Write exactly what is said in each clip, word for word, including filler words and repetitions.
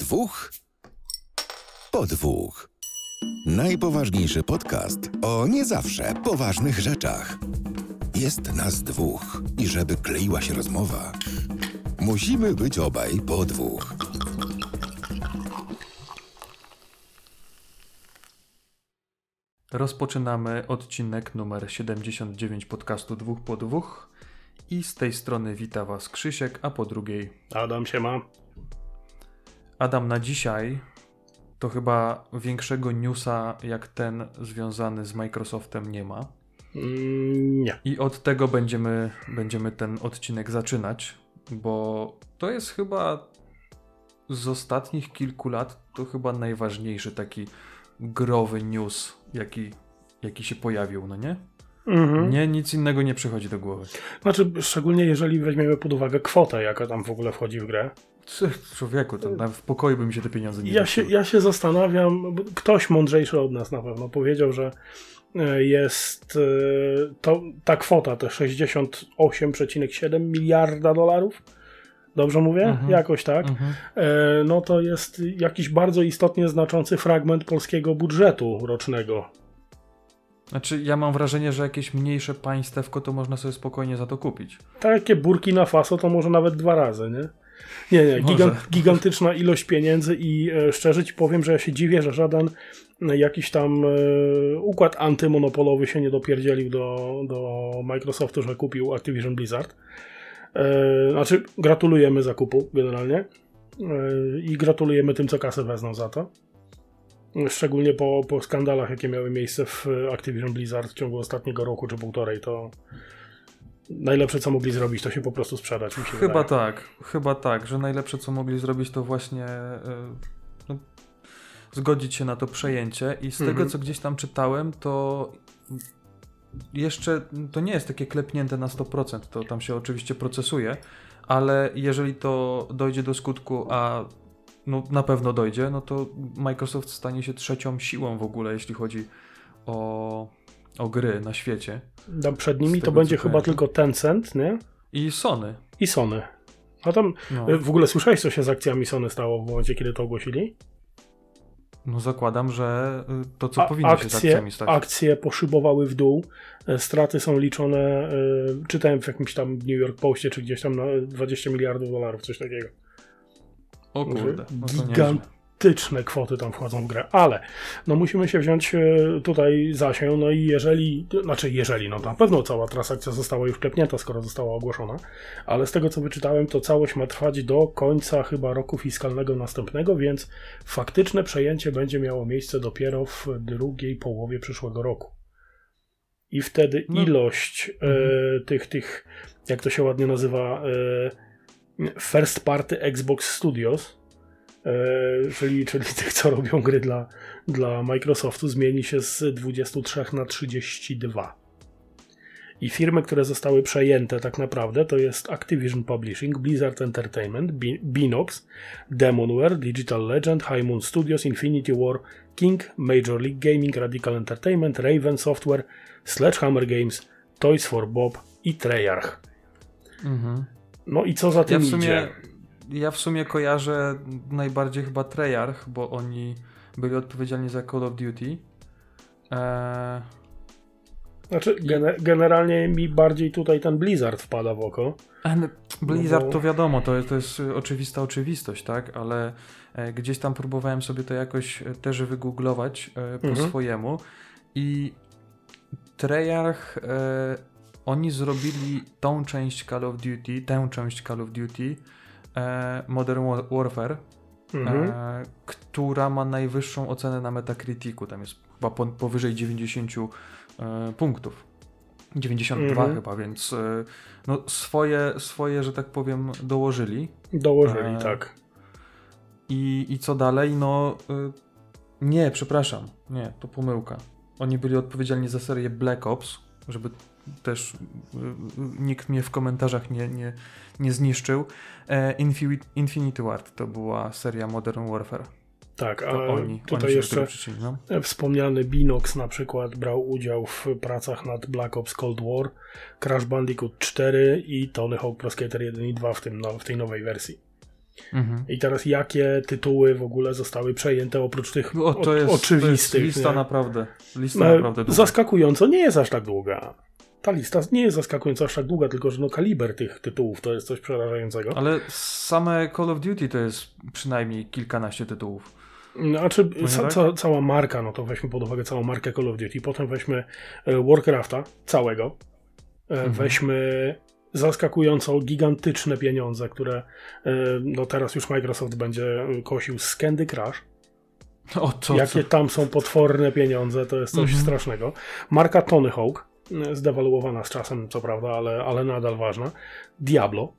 dwóch po dwóch. Najpoważniejszy podcast o nie zawsze poważnych rzeczach. Jest nas dwóch i żeby kleiła się rozmowa, musimy być obaj po dwóch. Rozpoczynamy odcinek numer siedemdziesiąt dziewięć podcastu dwóch po dwóch i z tej strony wita Was Krzysiek, a po drugiej Adam, siema. Adam, na dzisiaj to chyba większego newsa jak ten związany z Microsoftem nie ma. Mm, nie. I od tego będziemy, będziemy ten odcinek zaczynać, bo to jest chyba z ostatnich kilku lat to chyba najważniejszy taki growy news, jaki, jaki się pojawił, no nie? Mhm. Nie, nic innego nie przychodzi do głowy. Znaczy, szczególnie jeżeli weźmiemy pod uwagę kwotę, jaka tam w ogóle wchodzi w grę. Człowieku, to nawet w pokoju by mi się te pieniądze nie ja się, ja się zastanawiam, ktoś mądrzejszy od nas na pewno powiedział, że jest to, ta kwota, te sześćdziesiąt osiem przecinek siedem miliarda dolarów, dobrze mówię? Mhm. Jakoś tak. Mhm. No to jest jakiś bardzo istotnie znaczący fragment polskiego budżetu rocznego. Znaczy, ja mam wrażenie, że jakieś mniejsze państewko to można sobie spokojnie za to kupić. Takie Burkina Faso to może nawet dwa razy, nie? Nie, nie, gigant, gigantyczna ilość pieniędzy i e, szczerze ci powiem, że ja się dziwię, że żaden e, jakiś tam e, układ antymonopolowy się nie dopierdzielił do, do Microsoftu, że kupił Activision Blizzard. E, znaczy, gratulujemy zakupu generalnie e, i gratulujemy tym, co kasę wezmą za to. Szczególnie po, po skandalach, jakie miały miejsce w Activision Blizzard w ciągu ostatniego roku czy półtorej, to najlepsze, co mogli zrobić, to się po prostu sprzedać. Mi się chyba wydaje. tak, chyba tak, że najlepsze, co mogli zrobić, to właśnie yy, no, zgodzić się na to przejęcie i z mhm. tego, co gdzieś tam czytałem, to jeszcze to nie jest takie klepnięte na sto procent, to tam się oczywiście procesuje, ale jeżeli to dojdzie do skutku, a no na pewno dojdzie, no to Microsoft stanie się trzecią siłą w ogóle, jeśli chodzi o, o gry na świecie. Tam przed nimi tego, to będzie chyba kojarzy. Tylko Tencent, nie? I Sony. I Sony. A tam no. W ogóle słyszałeś, co się z akcjami Sony stało w momencie, kiedy to ogłosili? No zakładam, że to, co A, powinno akcje, się z akcjami stać. Akcje poszybowały w dół, straty są liczone, czytałem w jakimś tam New York Postie, czy gdzieś tam na dwadzieścia miliardów dolarów, coś takiego. O kurde, no to gigantyczne nieźle. Kwoty tam wchodzą w grę, ale no musimy się wziąć tutaj za się, no i jeżeli, znaczy jeżeli, no na pewno cała transakcja została już klepnięta, skoro została ogłoszona, ale z tego, co wyczytałem, to całość ma trwać do końca chyba roku fiskalnego następnego, więc faktyczne przejęcie będzie miało miejsce dopiero w drugiej połowie przyszłego roku. I wtedy no. ilość mhm. e, tych, tych, jak to się ładnie nazywa, e, First Party Xbox Studios, e, czyli, czyli tych, co robią gry dla, dla Microsoftu, zmieni się z dwudziestu trzech na trzydzieści dwa. I firmy, które zostały przejęte tak naprawdę, to jest Activision Publishing, Blizzard Entertainment, B- Binox, Demonware, Digital Legend, High Moon Studios, Infinity War, King, Major League Gaming, Radical Entertainment, Raven Software, Sledgehammer Games, Toys for Bob i Treyarch. Mhm. No i co za tym ja w sumie, idzie? Ja w sumie kojarzę najbardziej chyba Treyarch, bo oni byli odpowiedzialni za Call of Duty. Eee... Znaczy, gener- generalnie mi bardziej tutaj ten Blizzard wpada w oko. Blizzard no bo... to wiadomo, to, to jest oczywista oczywistość, tak? Ale e, gdzieś tam próbowałem sobie to jakoś też wygooglować e, po mhm. swojemu i Treyarch e, oni zrobili tą część Call of Duty, tę część Call of Duty e, Modern Warfare, mhm. e, która ma najwyższą ocenę na Metacriticu. Tam jest chyba po, powyżej dziewięćdziesiąt e, punktów. dziewięćdziesiąt dwa mhm. chyba, więc e, no swoje, swoje, że tak powiem, dołożyli. Dołożyli, e, tak. I, I co dalej? No e, nie, przepraszam. Nie, to pomyłka. Oni byli odpowiedzialni za serię Black Ops, żeby też nikt mnie w komentarzach nie, nie, nie zniszczył. Infinity, Infinity Ward to była seria Modern Warfare. Tak, to a oni, tutaj oni jeszcze no? wspomniany Binox na przykład brał udział w pracach nad Black Ops Cold War, Crash Bandicoot cztery i Tony Hawk Pro Skater jeden i dwa w, tym, no, w tej nowej wersji. Mhm. I teraz jakie tytuły w ogóle zostały przejęte oprócz tych O, to o, jest, oczywistych. to jest lista nie? naprawdę, lista No, naprawdę długa. zaskakująco nie jest aż tak długa. Ta lista nie jest zaskakująco aż tak długa, tylko że no kaliber tych tytułów to jest coś przerażającego. Ale same Call of Duty to jest przynajmniej kilkanaście tytułów. Znaczy No ca, tak? ca, cała marka, no to weźmy pod uwagę całą markę Call of Duty, potem weźmy e, Warcrafta całego, e, Mhm. weźmy zaskakująco gigantyczne pieniądze, które e, no teraz już Microsoft będzie kosił z Candy Crush. O, to, Jakie co? tam są potworne pieniądze, to jest coś Mhm. strasznego. Marka Tony Hawk, e, zdewaluowana z czasem, co prawda, ale, ale nadal ważna. Diablo,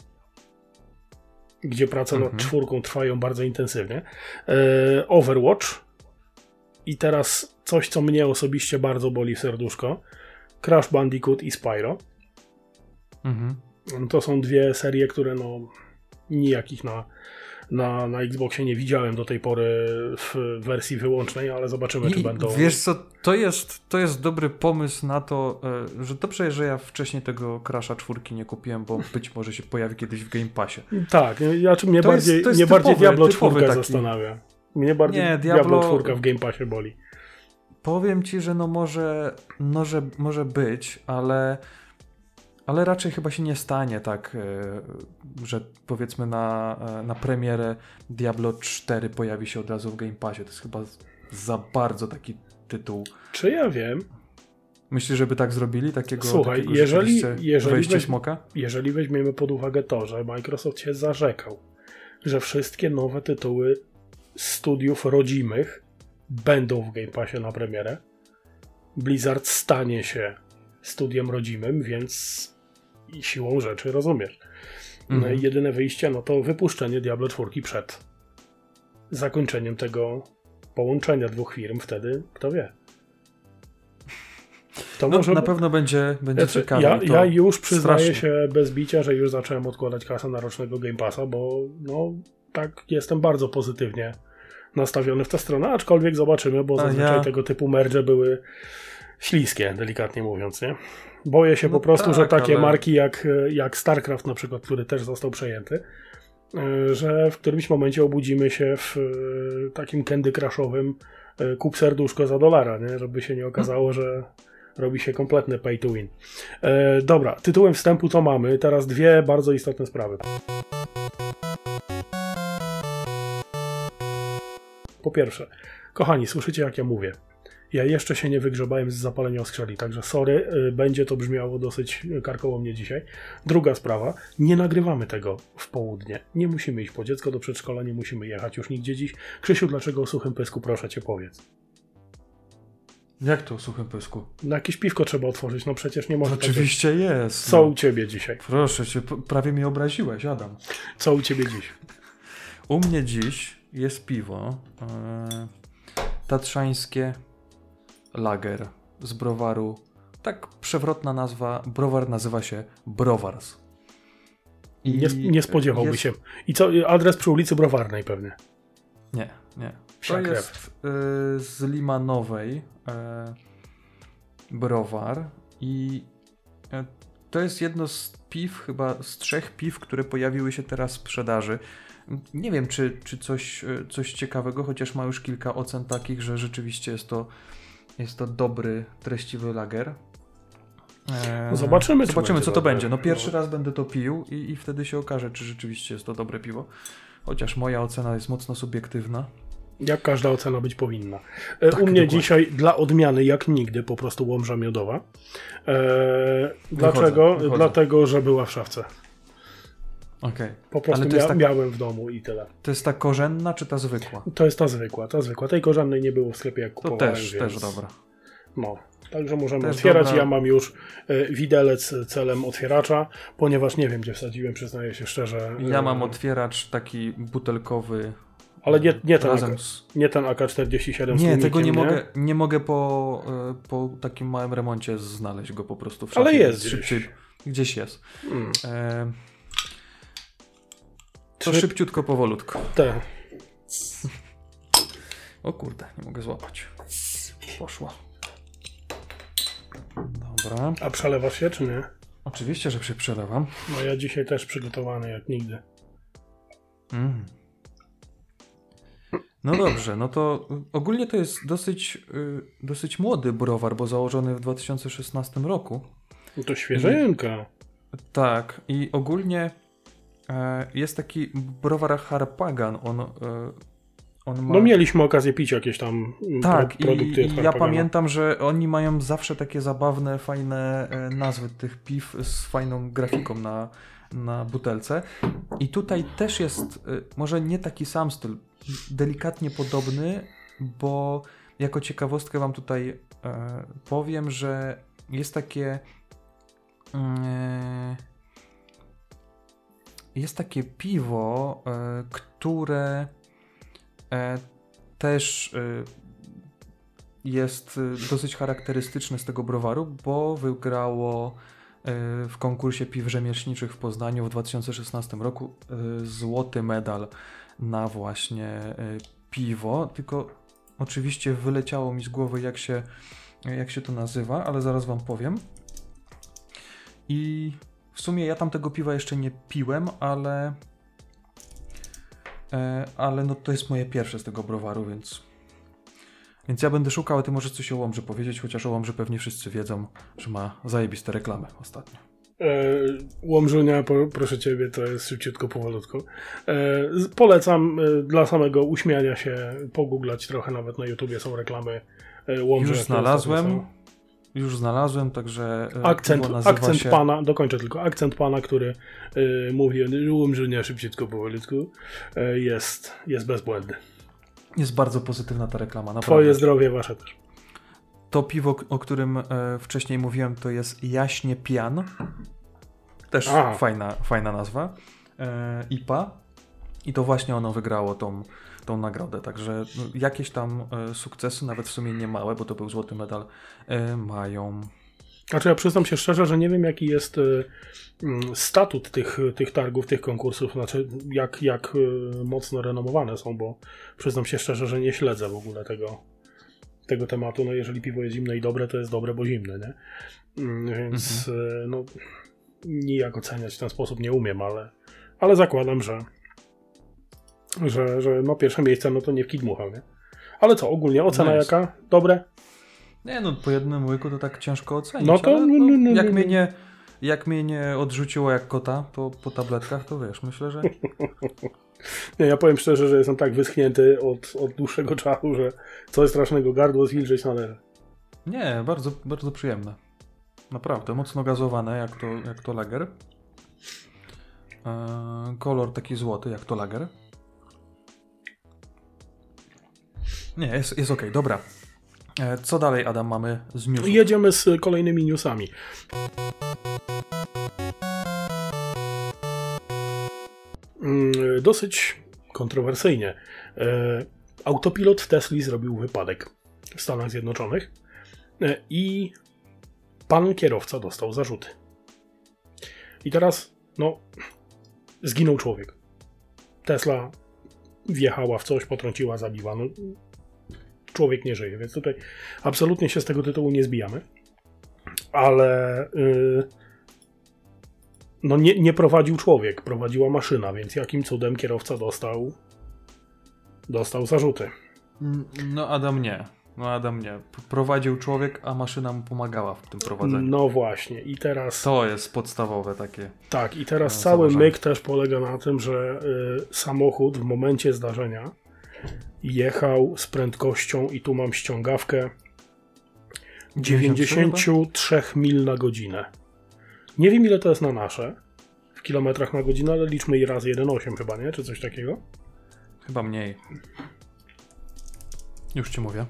gdzie prace Mhm. nad czwórką trwają bardzo intensywnie. E, Overwatch i teraz coś, co mnie osobiście bardzo boli w serduszko. Crash Bandicoot i Spyro. Mhm. To są dwie serie, które no nijakich na, na, na Xboxie nie widziałem do tej pory w wersji wyłącznej, ale zobaczymy, czy I będą... wiesz co, to jest, to jest dobry pomysł na to, e, że dobrze, że ja wcześniej tego Crasha czwórki nie kupiłem, bo być może się pojawi kiedyś w Game Passie. Tak, ja, czy mnie To jest- bardziej, to jest mnie typowy- bardziej Diablo typowy czwórka taki. zastanawia. Mnie bardziej Nie, Diablo... Diablo czwórka w Game Passie boli. Powiem ci, że no może, może, może być, ale, ale raczej chyba się nie stanie tak, e, że powiedzmy na, e, na premierę Diablo cztery pojawi się od razu w Game Passie. To jest chyba z- za bardzo taki tytuł. Czy ja wiem? Myślisz, żeby tak zrobili? Takiego, Słuchaj, takiego jeżeli- rzeczywiście jeżeli wejście weź- smoka? Jeżeli weźmiemy pod uwagę to, że Microsoft się zarzekał, że wszystkie nowe tytuły studiów rodzimych będą w Game Passie na premierę, Blizzard stanie się studiem rodzimym, więc i siłą rzeczy rozumiesz. No Mhm. i jedyne wyjście, no to wypuszczenie Diablo czwórki przed zakończeniem tego połączenia dwóch firm, wtedy kto wie. To No, może... na pewno będzie, będzie Znaczy, ciekawe. ja, i to ja już przyznaję strasznie. się bez bicia, że już zacząłem odkładać kasę na rocznego Game Passa, bo no tak jestem bardzo pozytywnie nastawiony w tę stronę, aczkolwiek zobaczymy, bo A zazwyczaj ja- tego typu merge były śliskie, delikatnie mówiąc, nie? Boję się No po prostu, tak, że takie ale- marki jak, jak StarCraft na przykład, który też został przejęty, y, że w którymś momencie obudzimy się w y, takim Candy Crushowym y, kup serduszko za dolara, nie? Żeby się nie okazało, że robi się kompletny pay to win. E, dobra, tytułem wstępu to mamy. Teraz dwie bardzo istotne sprawy. Po pierwsze, kochani, słyszycie jak ja mówię. Ja jeszcze się nie wygrzebałem z zapalenia oskrzeli, także sorry, y, będzie to brzmiało dosyć karkołomnie dzisiaj. Druga sprawa, nie nagrywamy tego w południe. Nie musimy iść po dziecko do przedszkola, nie musimy jechać już nigdzie dziś. Krzysiu, dlaczego o suchym pysku, proszę cię powiedz. Jak to o suchym pysku? Na jakieś piwko trzeba otworzyć, no przecież nie może tak być. Oczywiście jest. Co no. u ciebie dzisiaj? Proszę cię, p- prawie mnie obraziłeś, Adam. Co u ciebie dziś? U mnie dziś jest piwo e, tatrzańskie lager z browaru. Tak przewrotna nazwa. Browar nazywa się Browars. I Nie, nie spodziewałby jest... się. I co, adres przy ulicy Browarnej pewnie. Nie, nie. To Psia krew. jest e, z Limanowej e, browar i e, to jest jedno z piw, chyba z trzech piw, które pojawiły się teraz w sprzedaży. Nie wiem, czy, czy coś, e, coś ciekawego, chociaż ma już kilka ocen takich, że rzeczywiście jest to, jest to dobry, treściwy lager. E, No zobaczymy, czy zobaczymy będzie co to dobre. będzie. No pierwszy No. raz będę to pił i, i wtedy się okaże, czy rzeczywiście jest to dobre piwo. Chociaż moja ocena jest mocno subiektywna. Jak każda ocena być powinna. E, Tak, u mnie dokładnie. dzisiaj dla odmiany jak nigdy po prostu łomża miodowa. E, dlaczego? wychodzę. Dlatego, że była w szafce. Okej. Po prostu Ale to jest mia- tak- miałem w domu i tyle. To jest ta korzenna, czy ta zwykła? To jest ta zwykła, ta zwykła. Tej korzennej nie było w sklepie jak To kupowałem. też, więc... też dobra. No, także możemy Też otwierać. dobra. Ja mam już e, widelec celem otwieracza, ponieważ nie wiem, gdzie wsadziłem, przyznaję się szczerze. Ja e, mam otwieracz taki butelkowy. Ale nie, nie, ten, razem A K, z... nie ten A K czterdzieści siedem z Nie, tłumikiem, tego nie, mogę, nie mogę po, y, po takim małym remoncie znaleźć go po prostu w szafie. Ale jest więc gdzieś. szybciej, gdzieś jest. Mm. E, to Czy- szybciutko, powolutko. Te. O kurde, nie mogę złapać. Poszło. Dobra. A przelewasz się, czy nie? Oczywiście, że się przelewam. No ja dzisiaj też przygotowany jak nigdy. Mm. No dobrze, no to ogólnie to jest dosyć, yy, dosyć młody browar, bo założony w dwa tysiące szesnastym roku. No to świeżynka. I, tak, i ogólnie e, jest taki browar Harpagan, on, e, on ma... No mieliśmy okazję pić jakieś tam tak, pro, produkty i, od i ja Harpagana. pamiętam, że oni mają zawsze takie zabawne, fajne e, nazwy tych piw z fajną grafiką na, na butelce. I tutaj też jest, e, może nie taki sam styl, delikatnie podobny, bo jako ciekawostkę wam tutaj e, powiem, że jest takie e, jest takie piwo, e, które e, też e, jest dosyć charakterystyczne z tego browaru, bo wygrało e, w konkursie piw rzemieślniczych w Poznaniu w dwa tysiące szesnastym roku e, złoty medal na właśnie y, piwo, tylko oczywiście wyleciało mi z głowy jak się, jak się to nazywa, ale zaraz wam powiem. I w sumie ja tam tego piwa jeszcze nie piłem, ale y, ale no to jest moje pierwsze z tego browaru, więc więc ja będę szukał, a ty możesz coś o Łomży powiedzieć, chociaż o Łomży pewnie wszyscy wiedzą, że ma zajebiste reklamy ostatnio. Łomżunia, proszę ciebie, to jest szybciutko, powolutku. Polecam dla samego uśmiania się pogooglać trochę, nawet na YouTubie są reklamy Łomży. Już znalazłem, już znalazłem, także akcent, akcent się... pana, dokończę tylko, akcent pana, który y, mówi Łomżunia szybciutko, powolutku, y, jest, jest bezbłędny. Jest bardzo pozytywna ta reklama, naprawdę. Twoje zdrowie, wasze też. To piwo, o którym e, wcześniej mówiłem, to jest Jaśnie Pian. Też fajna, fajna nazwa. E, I P A. I to właśnie ono wygrało tą, tą nagrodę. Także no, jakieś tam e, sukcesy, nawet w sumie nie małe, bo to był złoty medal, e, mają. Znaczy ja przyznam się szczerze, że nie wiem jaki jest y, statut tych, tych targów, tych konkursów, znaczy jak, jak y, mocno renomowane są, bo przyznam się szczerze, że nie śledzę w ogóle tego tego tematu. No jeżeli piwo jest zimne i dobre, to jest dobre, bo zimne, nie? Więc mhm. no nijak oceniać w ten sposób nie umiem, ale, ale zakładam, że że, że no pierwsze miejsce, no to nie w kit dmuchał, nie? Ale co, ogólnie ocena no jaka? Dobre? Nie no, po jednym łyku to tak ciężko ocenić, no to, ale no, no, no, jak, no, mnie nie, jak mnie nie odrzuciło jak kota po, po tabletkach, to wiesz, myślę, że nie, ja powiem szczerze, że jestem tak wyschnięty od, od dłuższego czasu, że coś strasznego, gardło zwilżyć należy. Nie, bardzo, bardzo przyjemne. Naprawdę, mocno gazowane, jak to, jak to lager. Eee, kolor taki złoty, jak to lager. Nie, jest, jest okej, okay, dobra. Eee, co dalej, Adam, mamy z newsów? Jedziemy z kolejnymi newsami. Dosyć kontrowersyjnie. Autopilot w Tesli zrobił wypadek w Stanach Zjednoczonych i pan kierowca dostał zarzuty. I teraz, no, zginął człowiek. Tesla wjechała w coś, potrąciła, zabiła. No, człowiek nie żyje, więc tutaj absolutnie się z tego tytułu nie zbijamy. Ale yy, no nie, nie prowadził człowiek, prowadziła maszyna, więc jakim cudem kierowca dostał dostał zarzuty. No Adam nie. No Adam nie. Prowadził człowiek, a maszyna mu pomagała w tym prowadzeniu. No właśnie. I teraz... To jest podstawowe takie. Tak, i teraz no, cały założenie. myk też polega na tym, że y, samochód w momencie zdarzenia jechał z prędkością, i tu mam ściągawkę, dziewięćdziesiąt trzy mil na godzinę. Nie wiem, ile to jest na nasze w kilometrach na godzinę, ale liczmy i razy jeden przecinek osiem chyba, nie? Czy coś takiego? Chyba mniej. Już ci mówię.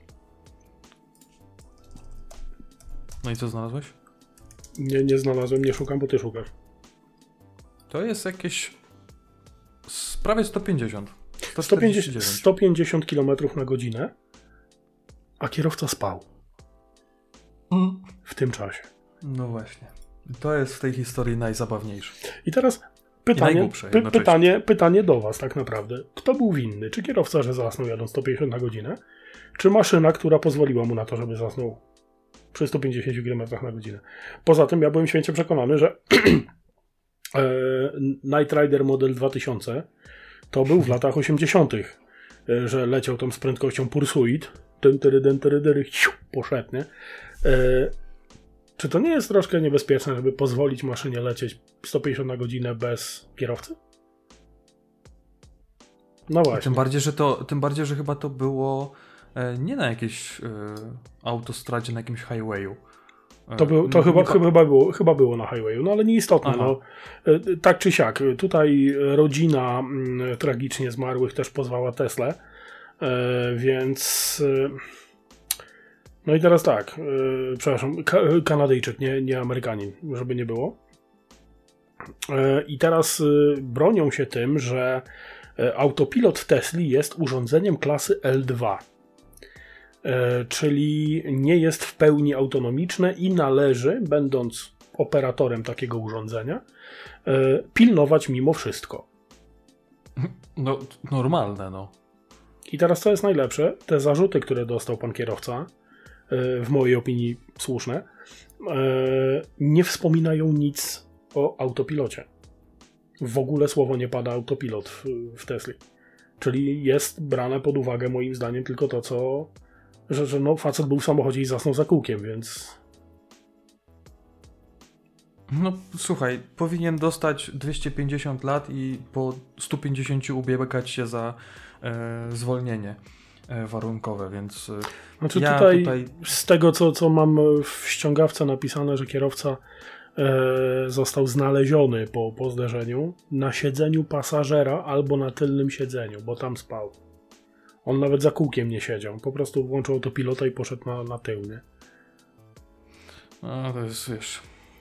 No i co znalazłeś? Nie, nie znalazłem, nie szukam, bo ty szukasz. To jest jakieś prawie sto pięćdziesiąt. sto pięćdziesiąt, sto pięćdziesiąt kilometrów na godzinę, a kierowca spał. Mm. W tym czasie. No właśnie. To jest w tej historii najzabawniejsze. I teraz pytanie, I py, pytanie, pytanie do was tak naprawdę. Kto był winny? Czy kierowca, że zasnął jadąc sto pięćdziesiąt na godzinę? Czy maszyna, która pozwoliła mu na to, żeby zasnął przy stu pięćdziesięciu kilometrach na godzinę? Poza tym ja byłem święcie przekonany, że Night Rider Model dwa tysiące to był w latach osiemdziesiątych, że leciał tam z prędkością Pursuit, ten tyry, ten tyry, tyry, ciu, poszedł, nie? E, czy to nie jest troszkę niebezpieczne, żeby pozwolić maszynie lecieć sto pięćdziesiąt na godzinę bez kierowcy? No właśnie. Tym bardziej, że to, tym bardziej, że chyba to było e, nie na jakiejś e, autostradzie, na jakimś highwayu. E, To, był, to nie, chyba, nie, chyba, było, chyba było na highwayu, no ale nieistotne. No, e, tak czy siak, tutaj rodzina m, tragicznie zmarłych też pozwała Teslę, e, więc... E, no i teraz tak, e, przepraszam, ka- Kanadyjczyk, nie, nie Amerykanin, żeby nie było. E, I teraz e, bronią się tym, że autopilot Tesli jest urządzeniem klasy L dwa, e, czyli nie jest w pełni autonomiczne i należy, będąc operatorem takiego urządzenia, e, pilnować mimo wszystko. No, normalne, no. I teraz co jest najlepsze? Te zarzuty, które dostał pan kierowca, e, w mojej opinii słuszne, e, nie wspominają nic o autopilocie. W ogóle słowo nie pada autopilot w, w Tesli. Czyli jest brane pod uwagę moim zdaniem tylko to, co że, że no, facet był w samochodzie i zasnął za kółkiem, więc... No słuchaj, powinien dostać dwieście pięćdziesiąt lat i po stu pięćdziesięciu ubiegać się za e, zwolnienie e, warunkowe, więc e, Znaczy ja tutaj, tutaj... z tego, co, co mam w ściągawce napisane, że kierowca e, został znaleziony po, po zderzeniu na siedzeniu pasażera albo na tylnym siedzeniu, bo tam spał. On nawet za kółkiem nie siedział, po prostu włączył autopilota i poszedł na, na tył, nie? No to jest, wiesz...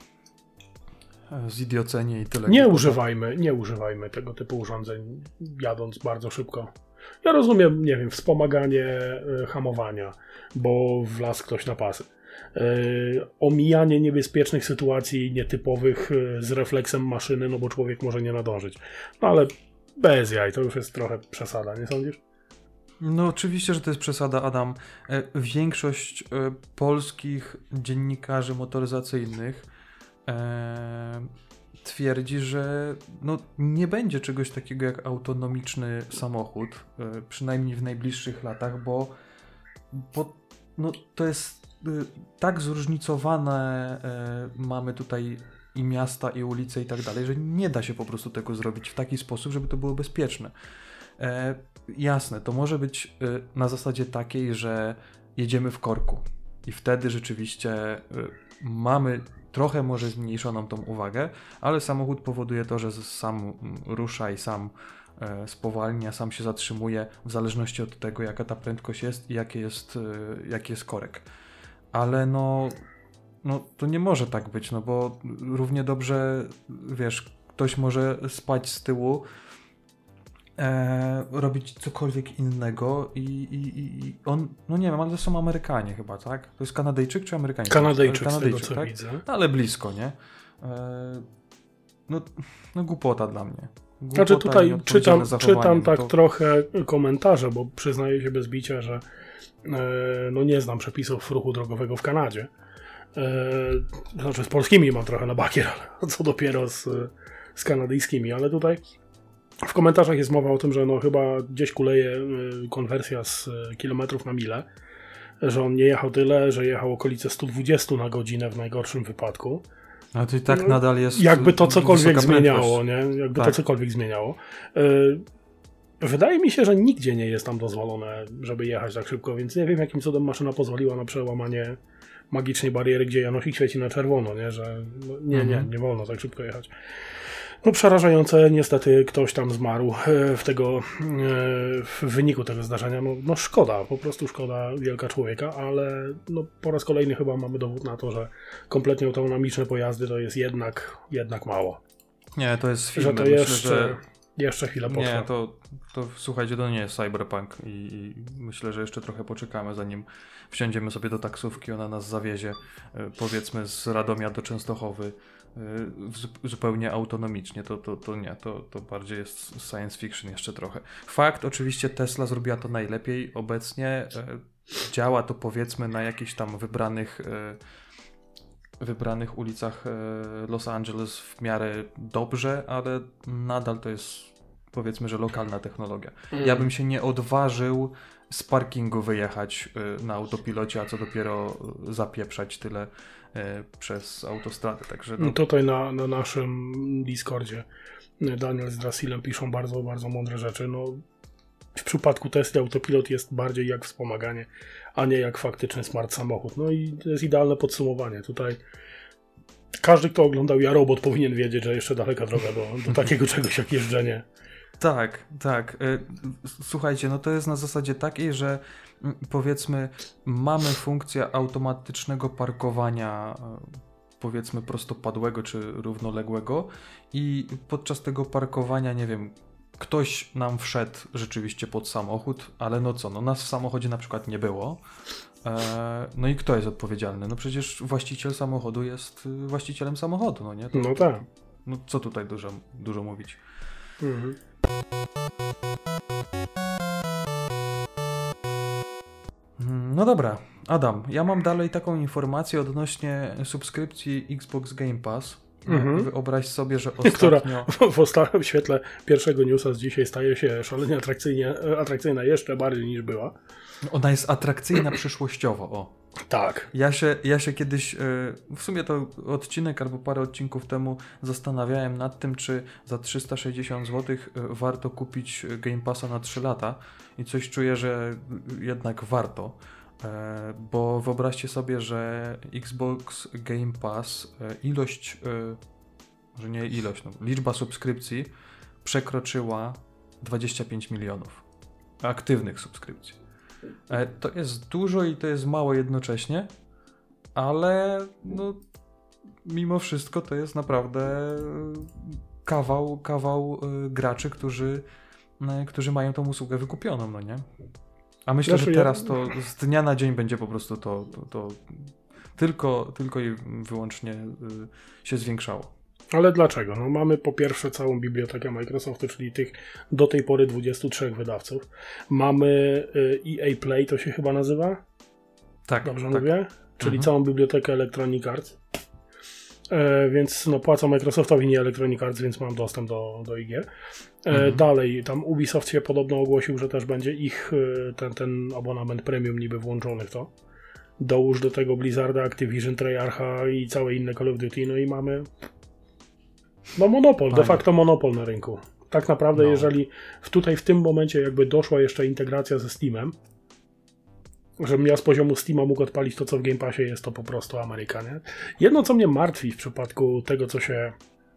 zidiocenie i tyle. Nie używajmy, nie używajmy tego typu urządzeń jadąc bardzo szybko. Ja rozumiem, nie wiem, wspomaganie y, hamowania, bo wlazł ktoś na pasy. Y, omijanie niebezpiecznych sytuacji nietypowych y, z refleksem maszyny, no bo człowiek może nie nadążyć. No ale bez jaj, to już jest trochę przesada, nie sądzisz? No oczywiście, że to jest przesada, Adam. E, większość e, polskich dziennikarzy motoryzacyjnych e, twierdzi, że no, nie będzie czegoś takiego jak autonomiczny samochód, e, przynajmniej w najbliższych latach, bo, bo no, to jest e, tak zróżnicowane, e, mamy tutaj i miasta, i ulice, i tak dalej, że nie da się po prostu tego zrobić w taki sposób, żeby to było bezpieczne. E, jasne, to może być e, na zasadzie takiej, że jedziemy w korku i wtedy rzeczywiście e, mamy trochę może zmniejszoną tą uwagę, ale samochód powoduje to, że sam rusza i sam e, spowalnia, sam się zatrzymuje w zależności od tego, jaka ta prędkość jest i jaki jest, e, jaki jest korek. Ale no, no to nie może tak być, no bo równie dobrze, wiesz, ktoś może spać z tyłu, E, robić cokolwiek innego i, i, i on, no nie wiem, ale to są Amerykanie chyba, tak? To jest Kanadyjczyk czy Amerykańczyk? Kanadyjczyk, Kanadyjczyk, z tego co tak? widzę. No, ale blisko, nie? E, no, no głupota dla mnie. Głupota Znaczy tutaj czytam, czytam tak to... trochę komentarze, bo przyznaję się bez bicia, że e, no nie znam przepisów ruchu drogowego w Kanadzie. E, znaczy z polskimi mam trochę na bakier, ale co dopiero z, z kanadyjskimi, ale tutaj w komentarzach jest mowa o tym, że no chyba gdzieś kuleje y, konwersja z y, kilometrów na milę, że on nie jechał tyle, że jechał okolice sto dwadzieścia na godzinę w najgorszym wypadku. A to i tak no, nadal jest jakby to cokolwiek zmieniało, prędkość. nie? Jakby tak. to cokolwiek zmieniało. Y, wydaje mi się, że nigdzie nie jest tam dozwolone, żeby jechać tak szybko, więc nie wiem, jakim cudem maszyna pozwoliła na przełamanie magicznej bariery, gdzie Janosik świeci na czerwono, nie? Że no, nie, nie, nie wolno tak szybko jechać. No przerażające, niestety ktoś tam zmarł w tego w wyniku tego zdarzenia. No, no szkoda, po prostu szkoda wielka człowieka, ale no po raz kolejny chyba mamy dowód na to, że kompletnie autonomiczne pojazdy to jest jednak, jednak mało. Nie, to jest film. Że to myślę, jeszcze, że... jeszcze chwilę potrwa. Nie, to, to słuchajcie, to nie jest cyberpunk i, i myślę, że jeszcze trochę poczekamy, zanim wsiądziemy sobie do taksówki, ona nas zawiezie, powiedzmy z Radomia do Częstochowy, zupełnie autonomicznie, to, to, to nie, to, to bardziej jest science fiction jeszcze trochę. Fakt, oczywiście Tesla zrobiła to najlepiej obecnie, e, działa to powiedzmy na jakichś tam wybranych e, wybranych ulicach e, Los Angeles w miarę dobrze, ale nadal to jest powiedzmy, że lokalna technologia. Mm. Ja bym się nie odważył z parkingu wyjechać y, na autopilocie, a co dopiero y, zapieprzać tyle y, przez autostradę. Także no... Tutaj na, na naszym Discordzie Daniel z Drasilem piszą bardzo, bardzo mądre rzeczy. No, w przypadku Tesla autopilot jest bardziej jak wspomaganie, a nie jak faktyczny smart samochód. No i to jest idealne podsumowanie. Tutaj każdy, kto oglądał Ja Robot, powinien wiedzieć, że jeszcze daleka droga do, do takiego czegoś jak jeżdżenie. Tak, tak. Słuchajcie, no to jest na zasadzie takiej, że powiedzmy mamy funkcję automatycznego parkowania, powiedzmy prostopadłego czy równoległego i podczas tego parkowania, nie wiem, ktoś nam wszedł rzeczywiście pod samochód, ale no co, no nas w samochodzie na przykład nie było. No i kto jest odpowiedzialny? No przecież właściciel samochodu jest właścicielem samochodu, no nie? To, no tak. No co tutaj dużo, dużo mówić? Mhm. No dobra, Adam, ja mam dalej taką informację odnośnie subskrypcji Xbox Game Pass. Mhm. Wyobraź sobie, że ostatnio... Która w, osta- w świetle pierwszego newsa z dzisiaj staje się szalenie atrakcyjnie, atrakcyjna jeszcze bardziej niż była. Ona jest atrakcyjna przyszłościowo, o. Tak. Ja się, ja się kiedyś, w sumie to odcinek albo parę odcinków temu zastanawiałem nad tym, czy za trzysta sześćdziesiąt złotych warto kupić Game Passa na trzy lata i coś czuję, że jednak warto, bo wyobraźcie sobie, że Xbox Game Pass, ilość, że nie ilość, no, liczba subskrypcji przekroczyła dwadzieścia pięć milionów aktywnych subskrypcji. To jest dużo i to jest mało jednocześnie, ale no, mimo wszystko to jest naprawdę kawał, kawał graczy, którzy, którzy mają tą usługę wykupioną, no nie? A myślę, znaczy, że teraz ja... to z dnia na dzień będzie po prostu to, to, to tylko, tylko i wyłącznie się zwiększało. Ale dlaczego? No mamy po pierwsze całą bibliotekę Microsoftu, czyli tych do tej pory dwudziestu trzech wydawców. Mamy E A Play, to się chyba nazywa? Tak. Dobrze tak. mówię? Czyli mhm. całą bibliotekę Electronic Arts. E, więc no płacę Microsoftowi, nie Electronic Arts, więc mam dostęp do, do I G. E, mhm. Dalej, tam Ubisoft się podobno ogłosił, że też będzie ich ten, ten abonament premium niby włączony w to. Dołóż do tego Blizzarda, Activision, Treyarcha i całe inne Call of Duty, no i mamy no monopol, Panie. de facto monopol na rynku. Tak naprawdę, no. jeżeli w tutaj w tym momencie jakby doszła jeszcze integracja ze Steamem, żebym ja z poziomu Steama mógł odpalić to, co w Game Passie jest, to po prostu Ameryka, nie? Jedno, co mnie martwi w przypadku tego, co się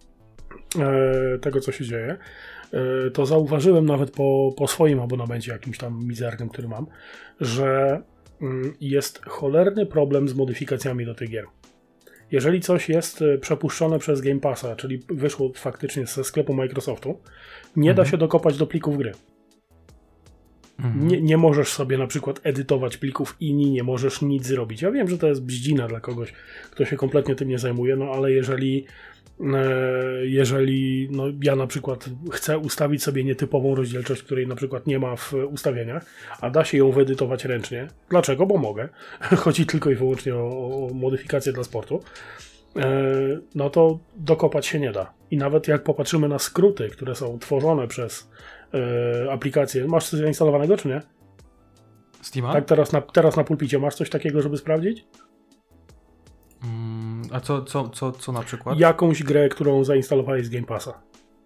e, tego, co się dzieje, e, to zauważyłem nawet po, po swoim abonamencie jakimś tam mizernym, który mam, że mm, jest cholerny problem z modyfikacjami do tych gier. Jeżeli coś jest przepuszczone przez Game Passa, czyli wyszło faktycznie ze sklepu Microsoftu, nie mhm. da się dokopać do plików gry. Mhm. Nie, nie możesz sobie na przykład edytować plików I N I, nie możesz nic zrobić. Ja wiem, że to jest bździna dla kogoś, kto się kompletnie tym nie zajmuje, no ale jeżeli e, jeżeli no, ja na przykład chcę ustawić sobie nietypową rozdzielczość, której na przykład nie ma w ustawieniach, a da się ją wyedytować ręcznie. Dlaczego? Bo mogę. Chodzi tylko i wyłącznie o, o modyfikację dla sportu. E, no to dokopać się nie da. I nawet jak popatrzymy na skróty, które są tworzone przez e, aplikacje. Masz coś zainstalowanego, czy nie? Steama? Tak, teraz na, teraz na pulpicie. Masz coś takiego, żeby sprawdzić? Mm, a co, co, co, co na przykład? Jakąś grę, którą zainstalowałeś z Game Passa.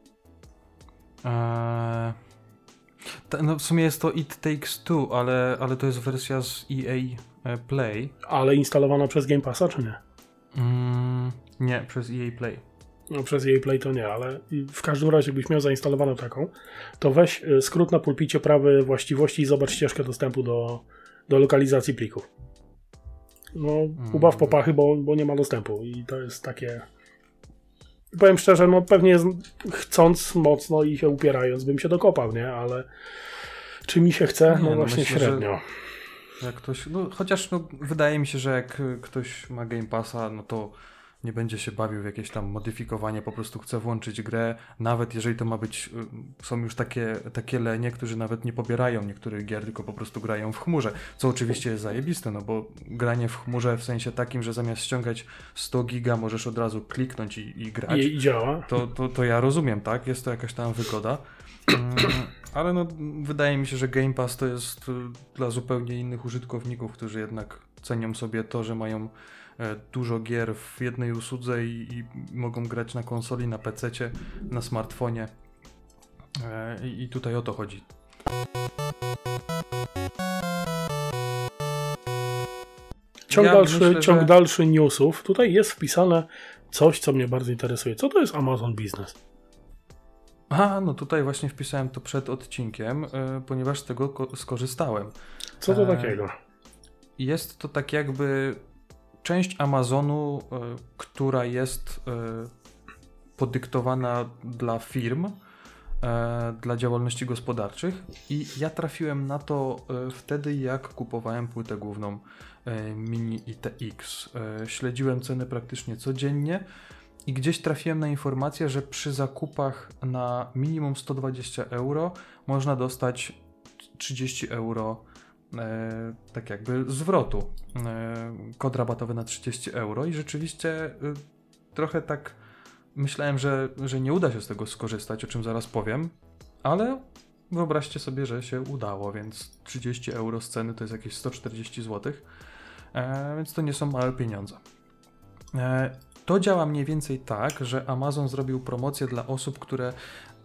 Eee, to, no w sumie jest to It Takes Two, ale, ale to jest wersja z E A Play. Ale instalowana przez Game Passa, czy nie? Mm, nie, przez E A Play. No przez E A Play to nie, ale w każdym razie jakbyś miał zainstalowaną taką, to weź skrót na pulpicie prawy właściwości i zobacz ścieżkę dostępu do, do lokalizacji plików. No, ubaw popachy, bo, bo nie ma dostępu i to jest takie... Powiem szczerze, no pewnie chcąc mocno i się upierając bym się dokopał, nie? Ale czy mi się chce? No, no właśnie myślę, średnio. Jak ktoś, no chociaż no, wydaje mi się, że jak ktoś ma Game Passa, no to nie będzie się bawił w jakieś tam modyfikowanie, po prostu chce włączyć grę, nawet jeżeli to ma być, są już takie, takie lenie, którzy nawet nie pobierają niektórych gier, tylko po prostu grają w chmurze, co oczywiście jest zajebiste, no bo granie w chmurze w sensie takim, że zamiast ściągać sto giga możesz od razu kliknąć i, i grać. I, i działa. To, to, to ja rozumiem, tak? Jest to jakaś tam wygoda. Ale no, wydaje mi się, że Game Pass to jest dla zupełnie innych użytkowników, którzy jednak cenią sobie to, że mają dużo gier w jednej usłudze i, i mogą grać na konsoli, na pececie, na smartfonie. I, i tutaj o to chodzi. Ciąg, Ja dalszy, myślę, ciąg że... dalszy newsów. Tutaj jest wpisane coś, co mnie bardzo interesuje. Co to jest Amazon Business? A, no tutaj właśnie wpisałem to przed odcinkiem, y, ponieważ z tego ko- skorzystałem. Co to E, takiego? Jest to tak jakby część Amazonu, y, która jest y, podyktowana dla firm, y, dla działalności gospodarczych i ja trafiłem na to y, wtedy, jak kupowałem płytę główną y, Mini I T X. Y, śledziłem ceny praktycznie codziennie. I gdzieś trafiłem na informację, że przy zakupach na minimum sto dwadzieścia euro można dostać trzydzieści euro e, tak jakby zwrotu. E, kod rabatowy na trzydzieści euro i rzeczywiście e, trochę tak myślałem, że, że nie uda się z tego skorzystać, o czym zaraz powiem, ale wyobraźcie sobie, że się udało, więc trzydzieści euro z ceny to jest jakieś sto czterdzieści złotych, e, więc to nie są małe pieniądze. E, To działa mniej więcej tak, że Amazon zrobił promocję dla osób, które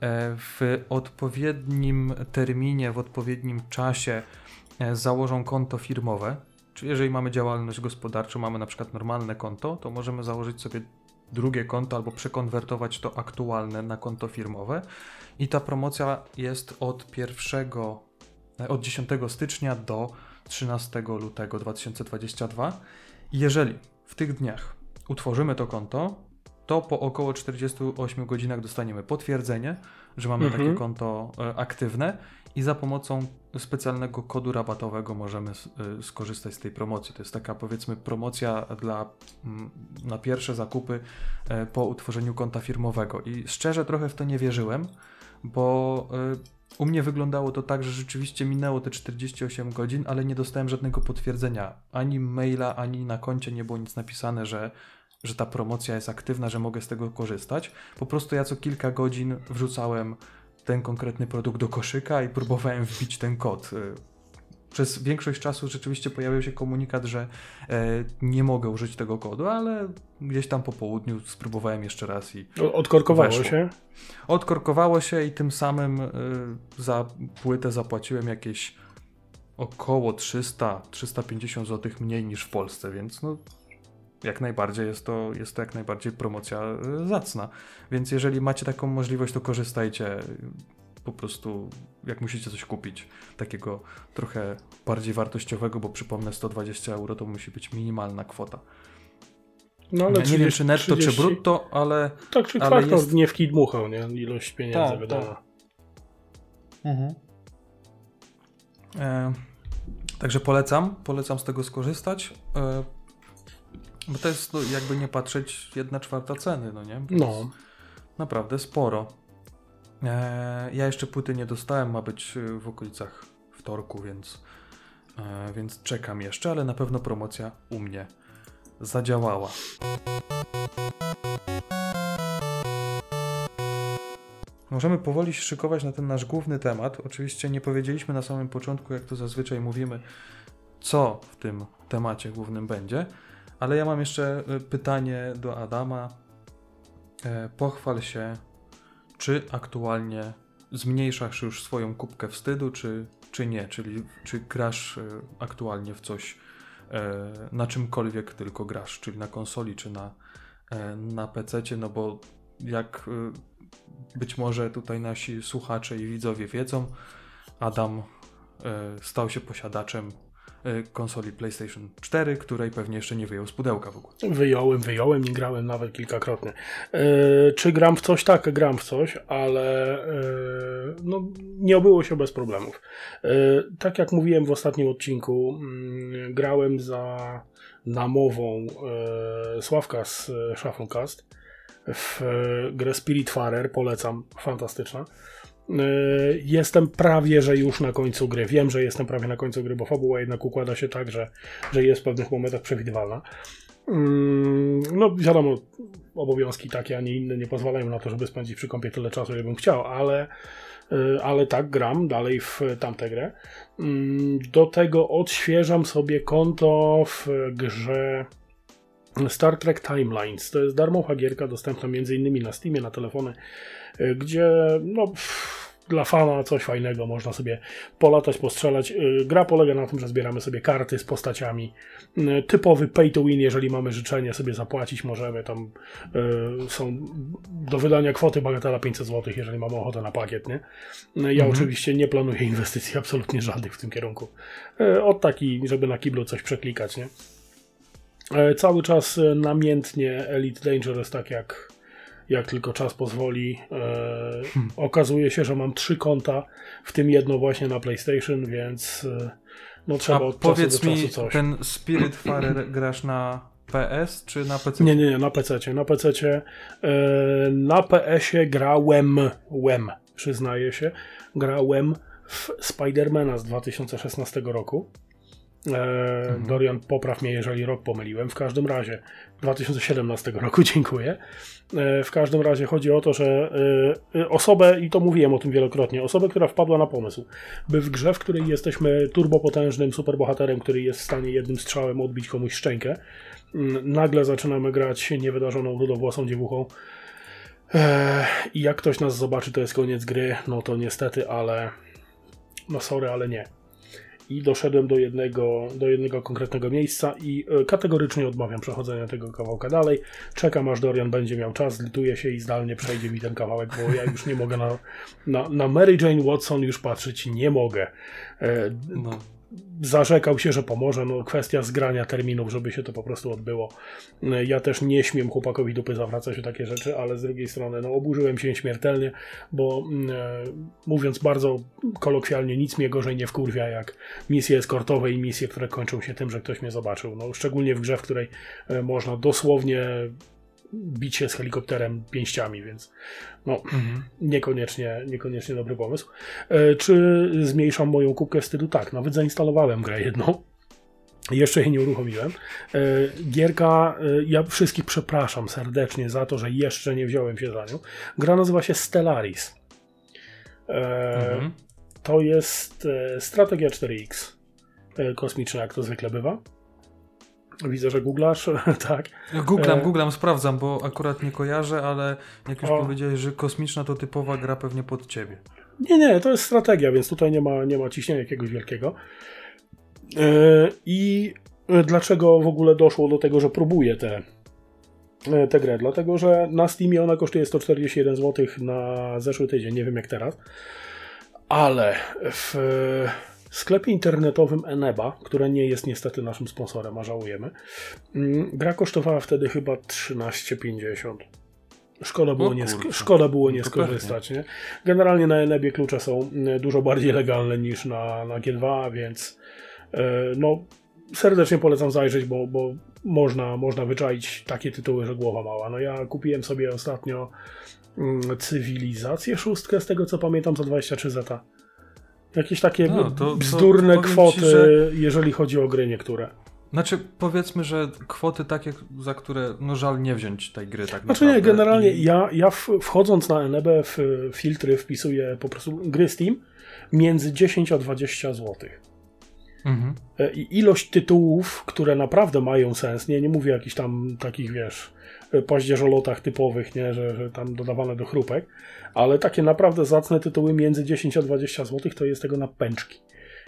w odpowiednim terminie, w odpowiednim czasie założą konto firmowe. Czyli jeżeli mamy działalność gospodarczą, mamy na przykład normalne konto, to możemy założyć sobie drugie konto albo przekonwertować to aktualne na konto firmowe. I ta promocja jest od pierwszego, od dziesiątego stycznia do trzynastego lutego dwa tysiące dwudziestego drugiego. Jeżeli w tych dniach utworzymy to konto, to po około czterdziestu ośmiu godzinach dostaniemy potwierdzenie, że mamy Mhm. takie konto e, aktywne i za pomocą specjalnego kodu rabatowego możemy s- e, skorzystać z tej promocji. To jest taka, powiedzmy, promocja dla, m, na pierwsze zakupy e, po utworzeniu konta firmowego. I szczerze trochę w to nie wierzyłem, bo e, u mnie wyglądało to tak, że rzeczywiście minęło te czterdzieści osiem godzin, ale nie dostałem żadnego potwierdzenia. Ani maila, ani na koncie nie było nic napisane, że że ta promocja jest aktywna, że mogę z tego korzystać. Po prostu ja co kilka godzin wrzucałem ten konkretny produkt do koszyka i próbowałem wbić ten kod. Przez większość czasu rzeczywiście pojawił się komunikat, że e, nie mogę użyć tego kodu, ale gdzieś tam po południu spróbowałem jeszcze raz i Odkorkowało weszło. się? Odkorkowało się i tym samym e, za płytę zapłaciłem jakieś około trzysta do trzystu pięćdziesięciu złotych mniej niż w Polsce, więc no jak najbardziej jest to, jest to jak najbardziej promocja y, zacna. Więc jeżeli macie taką możliwość, to korzystajcie. Po prostu jak musicie coś kupić takiego trochę bardziej wartościowego, bo przypomnę sto dwadzieścia euro to musi być minimalna kwota. No, ale nie trzydzieści, wiem czy netto trzydzieści czy brutto, ale... Tak, czy ale kwartał jest... nie w kij dmuchał, nie? Ilość pieniędzy Tak, wydana. tak. Mhm. E, także polecam, polecam z tego skorzystać. E, Bo to jest, no, jakby nie patrzeć, jedna czwarta ceny, no nie? To No. jest naprawdę sporo. E, ja jeszcze płyty nie dostałem, ma być w okolicach wtorku, więc, e, więc czekam jeszcze, ale na pewno promocja u mnie zadziałała. Możemy powoli się szykować na ten nasz główny temat. Oczywiście nie powiedzieliśmy na samym początku, jak to zazwyczaj mówimy, co w tym temacie głównym będzie. Ale ja mam jeszcze pytanie do Adama. E, pochwal się, czy aktualnie zmniejszasz już swoją kubkę wstydu, czy, czy nie? Czyli czy grasz e, aktualnie w coś, e, na czymkolwiek tylko grasz, czyli na konsoli, czy na, e, na pececie, no bo jak e, być może tutaj nasi słuchacze i widzowie wiedzą, Adam e, stał się posiadaczem konsoli PlayStation cztery, której pewnie jeszcze nie wyjął z pudełka w ogóle. Wyjąłem, wyjąłem i grałem nawet kilkakrotnie. Yy, czy gram w coś? Tak, gram w coś, ale yy, no, nie obyło się bez problemów. Yy, tak jak mówiłem w ostatnim odcinku, yy, grałem za namową yy, Sławka z Shufflecast w yy, grę Spiritfarer, polecam, fantastyczna. Jestem prawie, że już na końcu gry. Wiem, że jestem prawie na końcu gry, bo fabuła jednak układa się tak, że, że jest w pewnych momentach przewidywalna. No wiadomo, obowiązki takie, a nie inne nie pozwalają na to, żeby spędzić przy kąpie tyle czasu, ile bym chciał, ale, ale tak, gram dalej w tamtę grę. Do tego odświeżam sobie konto w grze Star Trek Timelines. To jest darmowa gierka dostępna między innymi na Steamie, na telefony, gdzie no, dla fana coś fajnego, można sobie polatać, postrzelać. Gra polega na tym, że zbieramy sobie karty z postaciami. Typowy pay to win, jeżeli mamy życzenie sobie zapłacić, możemy. Tam y, są do wydania kwoty bagatela pięćset złotych, jeżeli mamy ochotę na pakiet, nie? Ja mhm. oczywiście nie planuję inwestycji absolutnie żadnych w tym kierunku. Y, od taki, żeby na kiblu coś przeklikać, nie? Y, cały czas namiętnie Elite Dangerous, tak jak jak tylko czas pozwoli. E, hmm. Okazuje się, że mam trzy konta, w tym jedno właśnie na PlayStation, więc e, no trzeba A od czasu powiedz do czasu mi, coś. ten Spiritfarer grasz na P S czy na P C? Nie, nie, nie, na pececie. Na pececie. E, na P S ie grałem, łem, przyznaję się, grałem w Spidermana z dwa tysiące szesnastego roku. E, mhm. Dorian, popraw mnie, jeżeli rok pomyliłem. W każdym razie dwa tysiące siedemnastego roku, dziękuję. E, w każdym razie chodzi o to, że e, osobę, i to mówiłem o tym wielokrotnie, osobę, która wpadła na pomysł, by w grze, w której jesteśmy turbopotężnym superbohaterem, który jest w stanie jednym strzałem odbić komuś szczękę, m, nagle zaczynamy grać niewydarzoną, rudowłosą dziewuchą e, i jak ktoś nas zobaczy, to jest koniec gry, no to niestety, ale no sorry, ale nie. I doszedłem do jednego, do jednego konkretnego miejsca i kategorycznie odmawiam przechodzenia tego kawałka dalej. Czekam, aż Dorian będzie miał czas, zlituję się i zdalnie przejdzie mi ten kawałek, bo ja już nie mogę na, na, na Mary Jane Watson już patrzeć nie mogę. E, no. Zarzekał się, że pomoże, no kwestia zgrania terminów, żeby się to po prostu odbyło. Ja też nie śmiem chłopakowi dupy zawracać o takie rzeczy, ale z drugiej strony no oburzyłem się śmiertelnie, bo e, mówiąc bardzo kolokwialnie, nic mnie gorzej nie wkurwia jak misje eskortowe i misje, które kończą się tym, że ktoś mnie zobaczył. No, szczególnie w grze, w której e, można dosłownie bić się z helikopterem pięściami, więc no, mhm. niekoniecznie, niekoniecznie dobry pomysł. E, czy zmniejszam moją kubkę wstydu? Tak, nawet zainstalowałem grę jedną. Jeszcze jej nie uruchomiłem. E, gierka, e, ja wszystkich przepraszam serdecznie za to, że jeszcze nie wziąłem się za nią. Gra nazywa się Stellaris. E, mhm. To jest e, strategia cztery X. E, kosmiczna, jak to zwykle bywa. Widzę, że googlasz, tak. Googlam, googlam, sprawdzam, bo akurat nie kojarzę, ale jak już o. powiedziałeś, że kosmiczna to typowa gra pewnie pod ciebie. Nie, nie, to jest strategia, więc tutaj nie ma, nie ma ciśnienia jakiegoś wielkiego. I dlaczego w ogóle doszło do tego, że próbuję tę te, te grę? Dlatego, że na Steamie ona kosztuje sto czterdzieści jeden złotych na zeszły tydzień, nie wiem jak teraz, ale w W sklepie internetowym Eneba, które nie jest niestety naszym sponsorem, a żałujemy, gra kosztowała wtedy chyba trzynaście pięćdziesiąt. Szkoda było, nie, sk- szkoda było nie skorzystać. Nie? Generalnie na Enebie klucze są dużo bardziej legalne niż na, na G dwa, więc yy, no, serdecznie polecam zajrzeć, bo, bo można, można wyczaić takie tytuły, że głowa mała. No ja kupiłem sobie ostatnio yy, Cywilizację szóstkę, z tego co pamiętam, za dwadzieścia trzy zeta. Jakieś takie no, to, bzdurne to kwoty, ci, że... jeżeli chodzi o gry niektóre. Znaczy, powiedzmy, że kwoty takie, za które no żal nie wziąć tej gry tak znaczy naprawdę. Nie, generalnie I... ja, ja wchodząc na Enebę w filtry wpisuję po prostu gry Steam między dziesięć a dwadzieścia złotych. Mhm. I ilość tytułów, które naprawdę mają sens, nie, nie mówię o jakichś tam takich, wiesz, paździerzolotach typowych, nie, że, że tam dodawane do chrupek, ale takie naprawdę zacne tytuły między dziesięć a dwadzieścia złotych to jest tego na pęczki.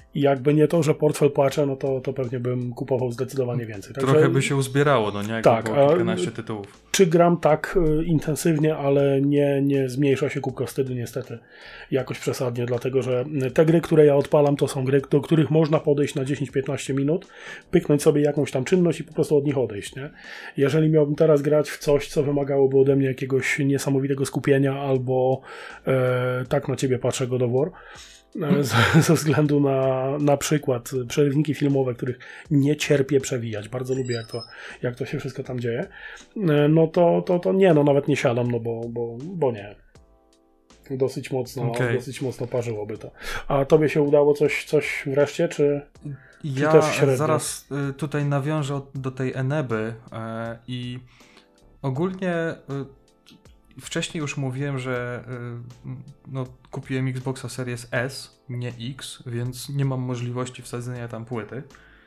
I jakby nie to, że portfel płacze, no to, to pewnie bym kupował zdecydowanie więcej. Także, trochę by się uzbierało, no nie? Jak tak, było kilkanaście tytułów. Czy gram tak y, intensywnie, ale nie, nie zmniejsza się kubka wstydu niestety jakoś przesadnie, dlatego że te gry, które ja odpalam, to są gry, do których można podejść na dziesięć piętnaście minut, pyknąć sobie jakąś tam czynność i po prostu od nich odejść, nie? Jeżeli miałbym teraz grać w coś, co wymagałoby ode mnie jakiegoś niesamowitego skupienia albo e, tak na ciebie patrzę God of War, ze, ze względu na na przykład przerywniki filmowe, których nie cierpię przewijać, bardzo lubię jak to, jak to się wszystko tam dzieje, no to, to, to nie, no nawet nie siadam, no bo, bo, bo nie. Dosyć mocno, okay. dosyć mocno parzyłoby to. A tobie się udało coś, coś wreszcie, czy, czy ja też średnio? Zaraz tutaj nawiążę do tej Eneby i ogólnie wcześniej już mówiłem, że no, kupiłem Xboxa Series S, nie X, więc nie mam możliwości wsadzenia tam płyty.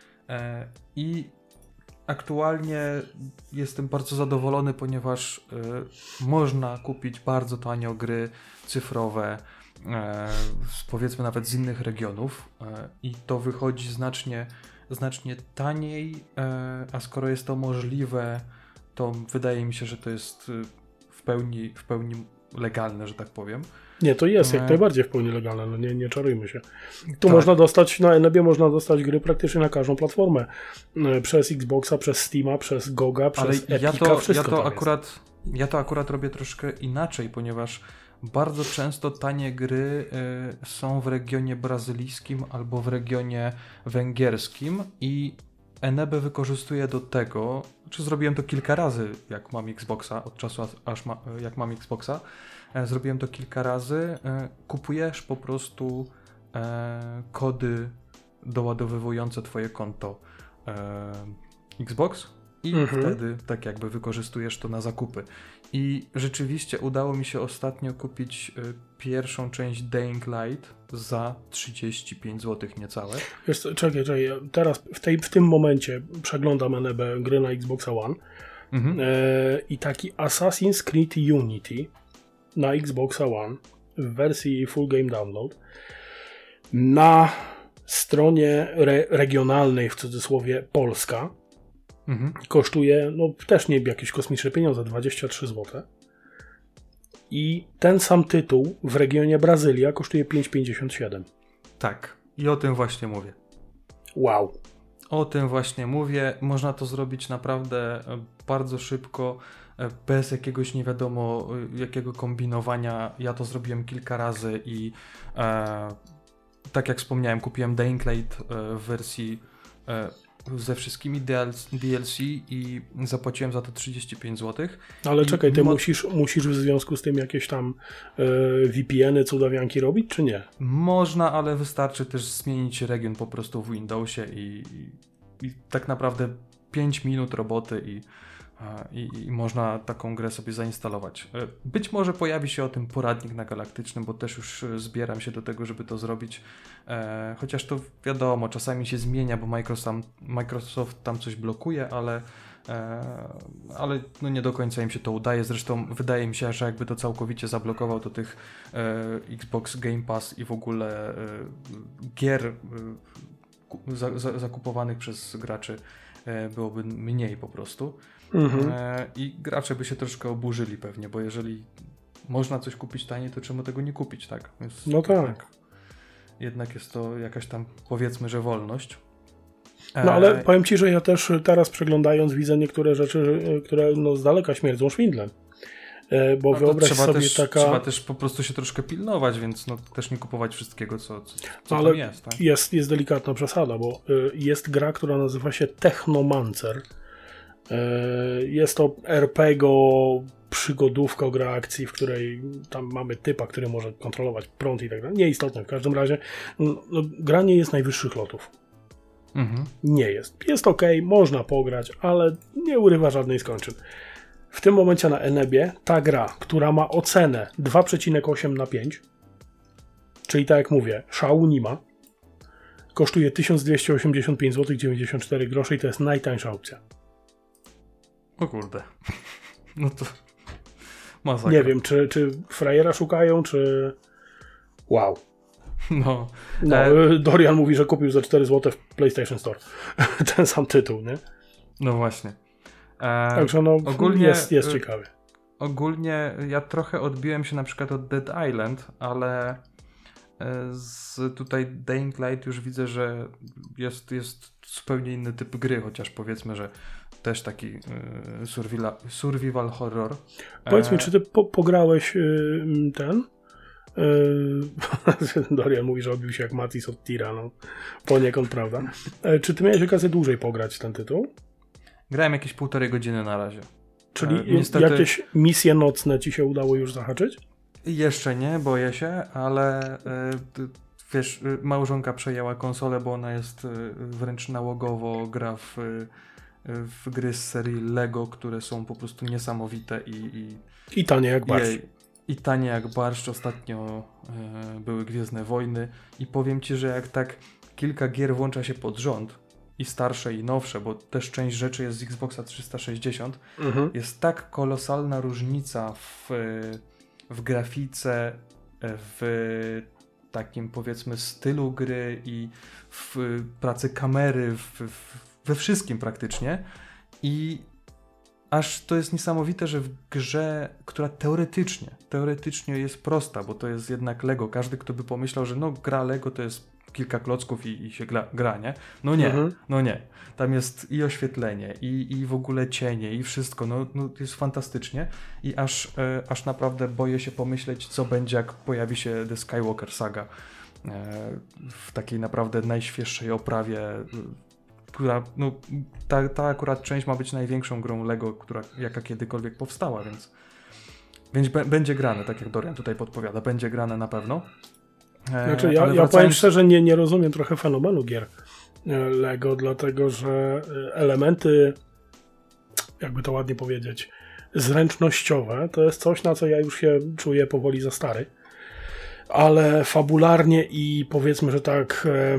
I aktualnie jestem bardzo zadowolony, ponieważ można kupić bardzo tanio gry cyfrowe, powiedzmy nawet z innych regionów, i to wychodzi znacznie, znacznie taniej, a skoro jest to możliwe, to wydaje mi się, że to jest w pełni, w pełni legalne, że tak powiem. Nie, to jest jak najbardziej w pełni legalne, no nie, nie czarujmy się. Tu tak. można dostać, na Enebie można dostać gry praktycznie na każdą platformę. Przez Xboxa, przez Steama, przez Goga, przez Ale Epica, ja to, wszystko ja to tam akurat, jest. Ja to akurat robię troszkę inaczej, ponieważ bardzo często tanie gry y, są w regionie brazylijskim albo w regionie węgierskim i Enebę wykorzystuję do tego, czy zrobiłem to kilka razy, jak mam Xboxa, od czasu aż ma, jak mam Xboxa, e, zrobiłem to kilka razy, e, kupujesz po prostu e, kody doładowywujące twoje konto e, Xbox i mhm. wtedy tak jakby wykorzystujesz to na zakupy. I rzeczywiście udało mi się ostatnio kupić y, pierwszą część Dying Light za trzydzieści pięć złotych niecałe. Wiesz co, czekaj, czekaj, ja teraz w, tej, w tym momencie przeglądam Enebę gry na Xboxa One mhm. e, i taki Assassin's Creed Unity na Xboxa One w wersji Full Game Download na stronie re, regionalnej, w cudzysłowie Polska, Mhm. kosztuje, no też nie jakieś kosmiczne pieniądze, dwadzieścia trzy złote. I ten sam tytuł w regionie Brazylia kosztuje pięć pięćdziesiąt siedem. Tak, i o tym właśnie mówię. Wow. O tym właśnie mówię. Można to zrobić naprawdę bardzo szybko, bez jakiegoś nie wiadomo jakiego kombinowania. Ja to zrobiłem kilka razy i e, tak jak wspomniałem, kupiłem Dying Light w wersji e, ze wszystkimi D L C i zapłaciłem za to trzydzieści pięć złotych. Ale I czekaj, ty mo- musisz, musisz w związku z tym jakieś tam e, V P N-y, cudawianki robić, czy nie? Można, ale wystarczy też zmienić region po prostu w Windowsie i, i, i tak naprawdę pięć minut roboty i, i, i można taką grę sobie zainstalować. Być może pojawi się o tym poradnik na Galaktycznym, bo też już zbieram się do tego, żeby to zrobić. E, chociaż to wiadomo, czasami się zmienia, bo Microsoft tam, Microsoft tam coś blokuje, ale, e, ale no nie do końca im się to udaje. Zresztą wydaje mi się, że jakby to całkowicie zablokował, to tych e, Xbox Game Pass i w ogóle e, gier e, za, za, zakupowanych przez graczy e, byłoby mniej po prostu. Mhm. E, I gracze by się troszkę oburzyli pewnie, bo jeżeli można coś kupić taniej, to czemu tego nie kupić, tak? Więc no tak. Jednak, jednak jest to jakaś tam, powiedzmy, że wolność. No ale powiem Ci, że ja też teraz przeglądając widzę niektóre rzeczy, które no z daleka śmierdzą szwindlem. Bo no wyobraź trzeba sobie też, taka... Trzeba też po prostu się troszkę pilnować, więc no też nie kupować wszystkiego, co, co, co ale tam jest. Tak? jest. Jest delikatna przesada, bo jest gra, która nazywa się Technomancer. Jest to er pe gie o przygodówka, gra akcji, w której tam mamy typa, który może kontrolować prąd i tak dalej. Nieistotne. W każdym razie no, gra nie jest najwyższych lotów. Mhm. Nie jest. Jest ok, można pograć, ale nie urywa żadnej z kończyn. W tym momencie na Enebie ta gra, która ma ocenę dwa przecinek osiem na pięć, czyli tak jak mówię, szału nie ma, kosztuje tysiąc dwieście osiemdziesiąt pięć złotych dziewięćdziesiąt cztery grosze i to jest najtańsza opcja. O kurde. No to masakra. Nie wiem, czy, czy frajera szukają, czy... Wow. No, No, e... Dorian mówi, że kupił za cztery złote w PlayStation Store. Ten sam tytuł, nie? No właśnie. E... Także no, ogólnie, jest, jest ciekawy. Ogólnie ja trochę odbiłem się na przykład od Dead Island, ale z tutaj Dying Light już widzę, że jest, jest zupełnie inny typ gry, chociaż powiedzmy, że też taki y, survival, survival horror. Powiedz mi, czy ty po, pograłeś y, ten? Y, Dorian mówi, że odbił się jak Matis od Tira, no poniekąd, prawda? E, czy ty miałeś okazję dłużej pograć w ten tytuł? Grałem jakieś półtorej godziny na razie. Czyli e, niestety... jakieś misje nocne ci się udało już zahaczyć? Jeszcze nie, boję się, ale y, wiesz, małżonka przejęła konsolę, bo ona jest y, wręcz nałogowo gra w, y, w gry z serii Lego, które są po prostu niesamowite i... I, I tanie jak barszcz. I, i tanie jak barszcz. Ostatnio y, były Gwiezdne Wojny i powiem ci, że jak tak kilka gier włącza się pod rząd, i starsze i nowsze, bo też część rzeczy jest z Xboxa trzysta sześćdziesiąt, mhm. jest tak kolosalna różnica w, w grafice, w takim powiedzmy stylu gry i w pracy kamery, w, w, we wszystkim praktycznie i aż to jest niesamowite, że w grze, która teoretycznie, teoretycznie jest prosta, bo to jest jednak Lego, każdy kto by pomyślał, że no gra Lego to jest kilka klocków i, i się gra, gra, nie? No nie, mhm. no nie. Tam jest i oświetlenie, i, i w ogóle cienie, i wszystko. No, no jest fantastycznie i aż, e, aż naprawdę boję się pomyśleć, co będzie, jak pojawi się The Skywalker Saga e, w takiej naprawdę najświeższej oprawie, która, no ta, ta akurat część ma być największą grą Lego, która jaka kiedykolwiek powstała, więc, więc b- będzie grane, tak jak Dorian tutaj podpowiada, będzie grane na pewno. Znaczy, ja, ja wracając... powiem szczerze, nie, nie rozumiem trochę fenomenu gier Lego, dlatego że elementy, jakby to ładnie powiedzieć, zręcznościowe, to jest coś, na co ja już się czuję powoli za stary, ale fabularnie i powiedzmy, że tak e,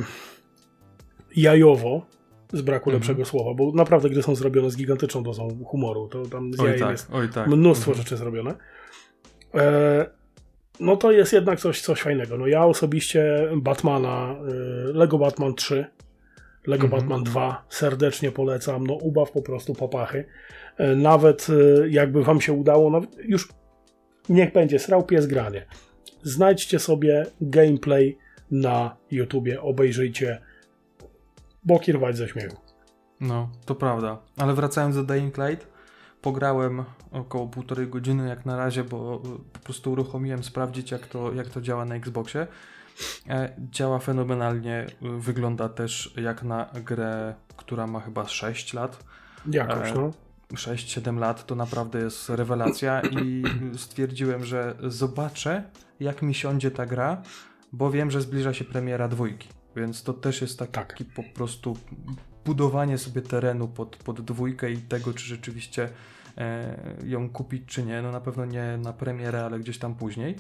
jajowo, z braku mhm. lepszego słowa, bo naprawdę gry są zrobione z gigantyczną dozą humoru, to tam z jajem tak, jest tak. mnóstwo mhm. rzeczy zrobione. E, No to jest jednak coś, coś fajnego. No ja osobiście Batmana, Lego Batman trzy, Lego mm-hmm. Batman dwa serdecznie polecam. No ubaw po prostu popachy. Nawet jakby wam się udało, nawet już niech będzie srał pies granie. Znajdźcie sobie gameplay na YouTubie, obejrzyjcie, bo kierować ze śmiechu. No, to prawda. Ale wracając do Dying Light, pograłem około półtorej godziny jak na razie, bo po prostu uruchomiłem sprawdzić jak to, jak to działa na Xboxie. E, działa fenomenalnie, wygląda też jak na grę, która ma chyba sześć lat. Jakoś, no. sześć siedem lat to naprawdę jest rewelacja i stwierdziłem, że zobaczę jak mi siądzie ta gra, bo wiem, że zbliża się premiera dwójki, więc to też jest taki tak. po prostu budowanie sobie terenu pod, pod dwójkę i tego, czy rzeczywiście e, ją kupić, czy nie. No na pewno nie na premierę, ale gdzieś tam później.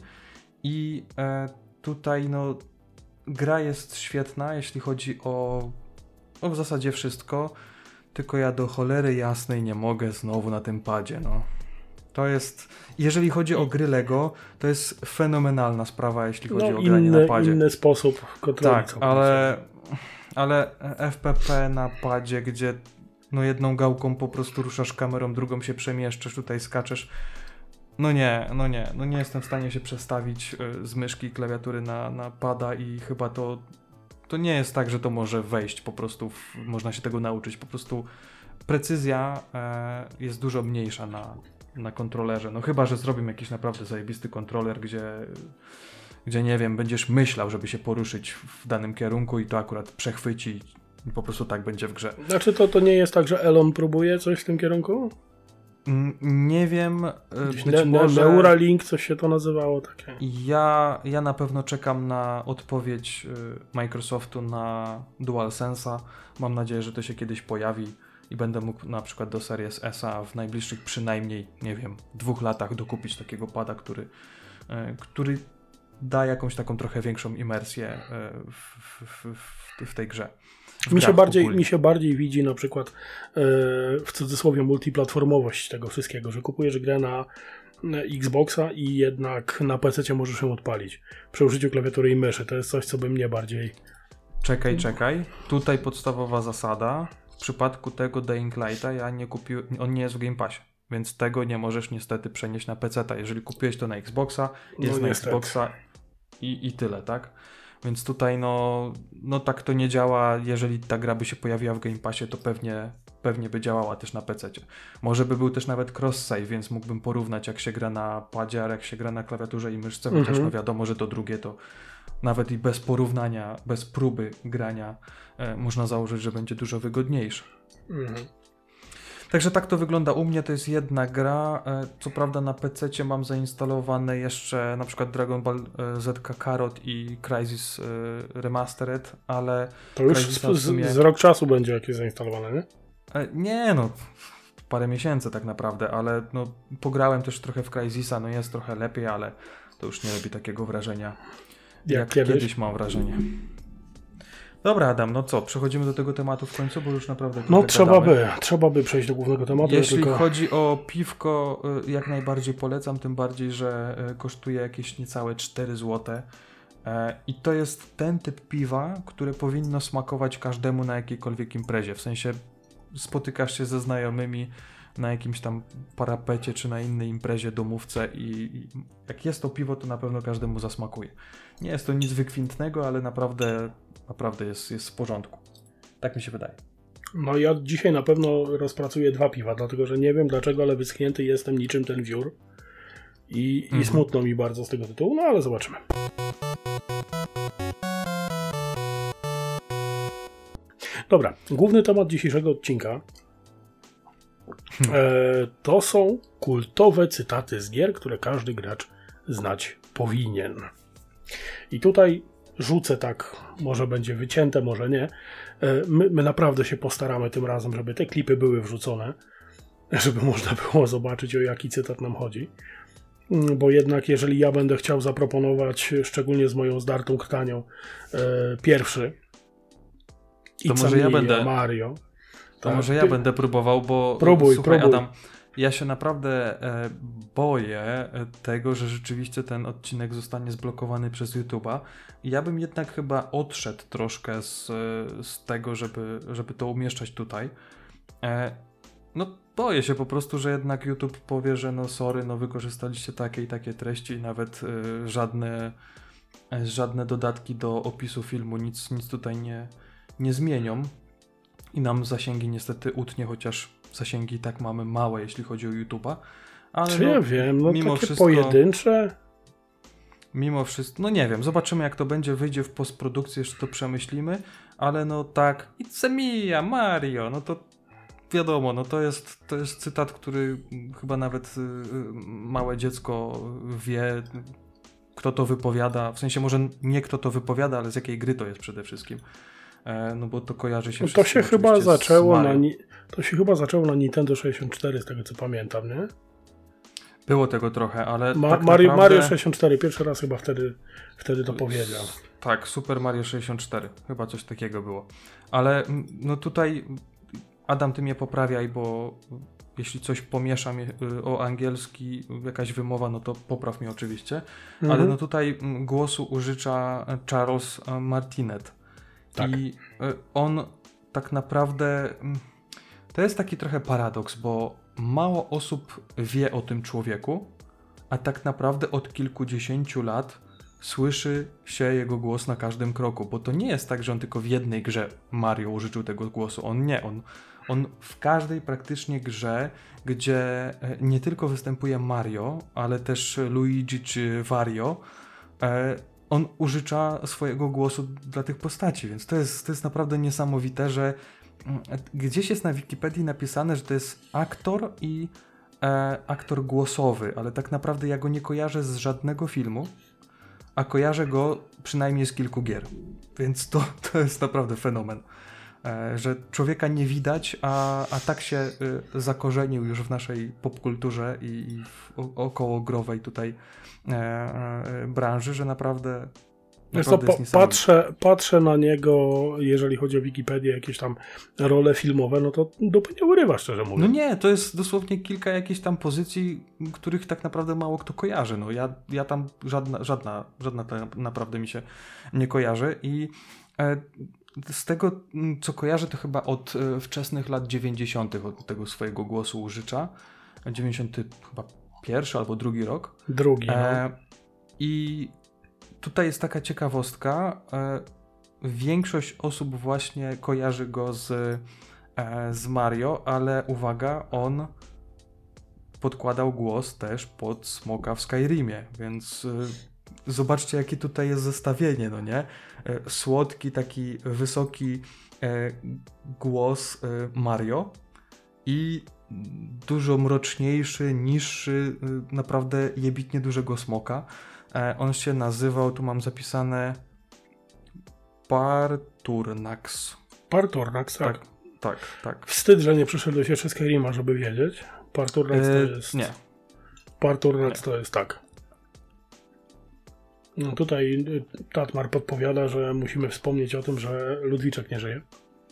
I e, tutaj no gra jest świetna, jeśli chodzi o, o w zasadzie wszystko, tylko ja do cholery jasnej nie mogę znowu na tym padzie, no. To jest, jeżeli chodzi o gry Lego, to jest fenomenalna sprawa, jeśli chodzi no, o granie inny, na padzie. inny sposób kontroli. Tak, ale... Ale F P P na padzie, gdzie no jedną gałką po prostu ruszasz kamerą, drugą się przemieszczasz, tutaj skaczesz. No nie, no nie, no nie jestem w stanie się przestawić z myszki i klawiatury na, na pada i chyba to, to nie jest tak, że to może wejść po prostu, w, można się tego nauczyć. Po prostu precyzja e, jest dużo mniejsza na, na kontrolerze. No chyba, że zrobimy jakiś naprawdę zajebisty kontroler, gdzie... gdzie nie wiem, będziesz myślał, żeby się poruszyć w danym kierunku i to akurat przechwyci i po prostu tak będzie w grze. Znaczy to, to nie jest tak, że Elon próbuje coś w tym kierunku? Mm, nie wiem. Być ne- może... Neuralink, coś się to nazywało takie. Ja, ja na pewno czekam na odpowiedź Microsoftu na DualSense'a. Mam nadzieję, że to się kiedyś pojawi i będę mógł na przykład do Series S a w najbliższych przynajmniej, nie wiem, dwóch latach dokupić takiego pada, który, który da jakąś taką trochę większą imersję w, w, w, w tej grze. W mi, się bardziej, mi się bardziej widzi na przykład yy, w cudzysłowie multiplatformowość tego wszystkiego, że kupujesz grę na Xboxa i jednak na pececie możesz ją odpalić. Przy użyciu klawiatury i myszy. To jest coś, co by mnie bardziej... Czekaj, czekaj. Tutaj podstawowa zasada. W przypadku tego Dying Lighta ja nie kupiłem, on nie jest w Game Passie, więc tego nie możesz niestety przenieść na peceta. Jeżeli kupiłeś to na Xboxa, jest No na niestety. Xboxa i, i tyle, tak? Więc tutaj no, no tak to nie działa. Jeżeli ta gra by się pojawiła w Game Passie, to pewnie, pewnie by działała też na pececie. Może by był też nawet cross-save, więc mógłbym porównać, jak się gra na padzie, a jak się gra na klawiaturze i myszce, chociaż Mhm. no wiadomo, że to drugie to nawet i bez porównania, bez próby grania e, można założyć, że będzie dużo wygodniejsze. Mhm. Także tak to wygląda u mnie, to jest jedna gra. E, co prawda na pececie mam zainstalowane jeszcze na przykład Dragon Ball e, Z K Kakarot i Crysis e, Remastered, ale To już Crysisa w z, sumie- z rok czasu będzie jakieś zainstalowane, nie? E, Nie no, parę miesięcy tak naprawdę, ale no, pograłem też trochę w Crysisa, no jest trochę lepiej, ale to już nie robi takiego wrażenia, Jak, jak, kiedyś. kiedyś. mam wrażenie. Dobra, Adam, no co, przechodzimy do tego tematu w końcu, bo już naprawdę No trochę trzeba gadamy. by, trzeba by przejść do głównego tematu. Jeśli tylko... chodzi o piwko, y, jak najbardziej polecam, tym bardziej, że y, kosztuje jakieś niecałe cztery złote. E, I to jest ten typ piwa, które powinno smakować każdemu na jakiejkolwiek imprezie. W sensie spotykasz się ze znajomymi na jakimś tam parapecie czy na innej imprezie, domówce i, i jak jest to piwo, to na pewno każdemu zasmakuje. Nie jest to nic wykwintnego, ale naprawdę, naprawdę jest, jest w porządku. Tak mi się wydaje. No ja dzisiaj na pewno rozpracuję dwa piwa, dlatego że nie wiem dlaczego, ale wyschnięty jestem niczym ten wiór. I, Mhm. i smutno mi bardzo z tego tytułu, no ale zobaczymy. Dobra, główny temat dzisiejszego odcinka e, to są kultowe cytaty z gier, które każdy gracz znać powinien. I tutaj rzucę tak, może będzie wycięte, może nie. E, my, my naprawdę się postaramy tym razem, żeby te klipy były wrzucone, żeby można było zobaczyć, o jaki cytat nam chodzi. Mm, Bo jednak jeżeli ja będę chciał zaproponować, szczególnie z moją zdartą krtanią, e, pierwszy To It's może a ja me, będę- Mario. To Tak, może ja ty- będę próbował, bo Próbuj, słuchaj próbuj. Adam, ja się naprawdę e, boję e, tego, że rzeczywiście ten odcinek zostanie zblokowany przez YouTube'a. I ja bym jednak chyba odszedł troszkę z, e, z tego, żeby, żeby to umieszczać tutaj. E, no boję się po prostu, że jednak YouTube powie, że no sorry, no wykorzystaliście takie i takie treści i nawet e, żadne, e, żadne dodatki do opisu filmu nic, nic tutaj nie, nie zmienią. I nam zasięgi niestety utnie, chociaż zasięgi i tak mamy małe, jeśli chodzi o YouTube'a. Ale Czy no, ja wiem, no mimo takie wszystko- pojedyncze. mimo wszystko, no nie wiem, zobaczymy jak to będzie, wyjdzie w postprodukcji, jeszcze to przemyślimy, ale no tak, It's a me, Mario, no to wiadomo, no to jest, to jest cytat, który chyba nawet y, y, małe dziecko wie, kto to wypowiada, w sensie może nie kto to wypowiada, ale z jakiej gry to jest przede wszystkim. E, no bo to kojarzy się No to wszystkim się chyba oczywiście z zaczęło na Mario. ni- to się chyba zaczęło na Nintendo sześćdziesiąt cztery, z tego co pamiętam, nie? Było tego trochę, ale Ma- tak Mario, naprawdę... Mario sześćdziesiąt cztery, pierwszy raz chyba wtedy, wtedy to powiedział. Tak, Super Mario sześćdziesiąt cztery, chyba coś takiego było. Ale mm, no tutaj, Adam, ty mnie poprawiaj, bo jeśli coś pomieszam y, o angielski, jakaś wymowa, no to popraw mnie oczywiście. Mhm. Ale no tutaj mm, głosu użycza Charles e, Martinet. Tak. I y, on tak naprawdę... mm, To jest taki trochę paradoks, bo mało osób wie o tym człowieku, a tak naprawdę od kilkudziesięciu lat słyszy się jego głos na każdym kroku, bo to nie jest tak, że on tylko w jednej grze Mario użyczył tego głosu. On nie, on, on w każdej praktycznie grze, gdzie e, nie tylko występuje Mario, ale też Luigi czy Wario, e, on użycza swojego głosu dla tych postaci, więc to jest, to jest naprawdę niesamowite, że mm, gdzieś jest na Wikipedii napisane, że to jest aktor i e, aktor głosowy, ale tak naprawdę ja go nie kojarzę z żadnego filmu, a kojarzę go przynajmniej z kilku gier. Więc to, to jest naprawdę fenomen. E, że człowieka nie widać, a, a tak się y, zakorzenił już w naszej popkulturze i, i w o, okołogrowej tutaj e, e, branży, że naprawdę Wiesz co, Naprawdę po, jest niesamowity. patrzę, patrzę na niego, jeżeli chodzi o Wikipedię, jakieś tam role filmowe, no to dupy nie urywa, szczerze mówiąc. No nie, to jest dosłownie kilka jakichś tam pozycji, których tak naprawdę mało kto kojarzy. No ja, ja tam żadna, żadna, żadna tak naprawdę mi się nie kojarzy i e, z tego, co kojarzę, to chyba od e, wczesnych lat dziewięćdziesiątych, od tego swojego głosu Łużycza, dziewięćdziesiąty chyba pierwszy albo drugi rok. Drugi, no. E, I tutaj jest taka ciekawostka. E, większość osób właśnie kojarzy go z, e, z Mario, ale uwaga, on podkładał głos też pod Smoka w Skyrimie, więc e, zobaczcie, jakie tutaj jest zestawienie, no nie? E, słodki, taki wysoki e, głos e, Mario i dużo mroczniejszy, niższy, e, naprawdę jebitnie dużego Smoka. E, on się nazywał, tu mam zapisane Parturnax. Parturnax, tak. Tak, tak, tak. Wstyd, że nie przyszedłeś jeszcze Skyrima, żeby wiedzieć. Parturnax to E, jest... nie. Parturnax Nie. to jest tak. No tutaj y, Tatmar podpowiada, że musimy wspomnieć o tym, że Ludwiczek nie żyje.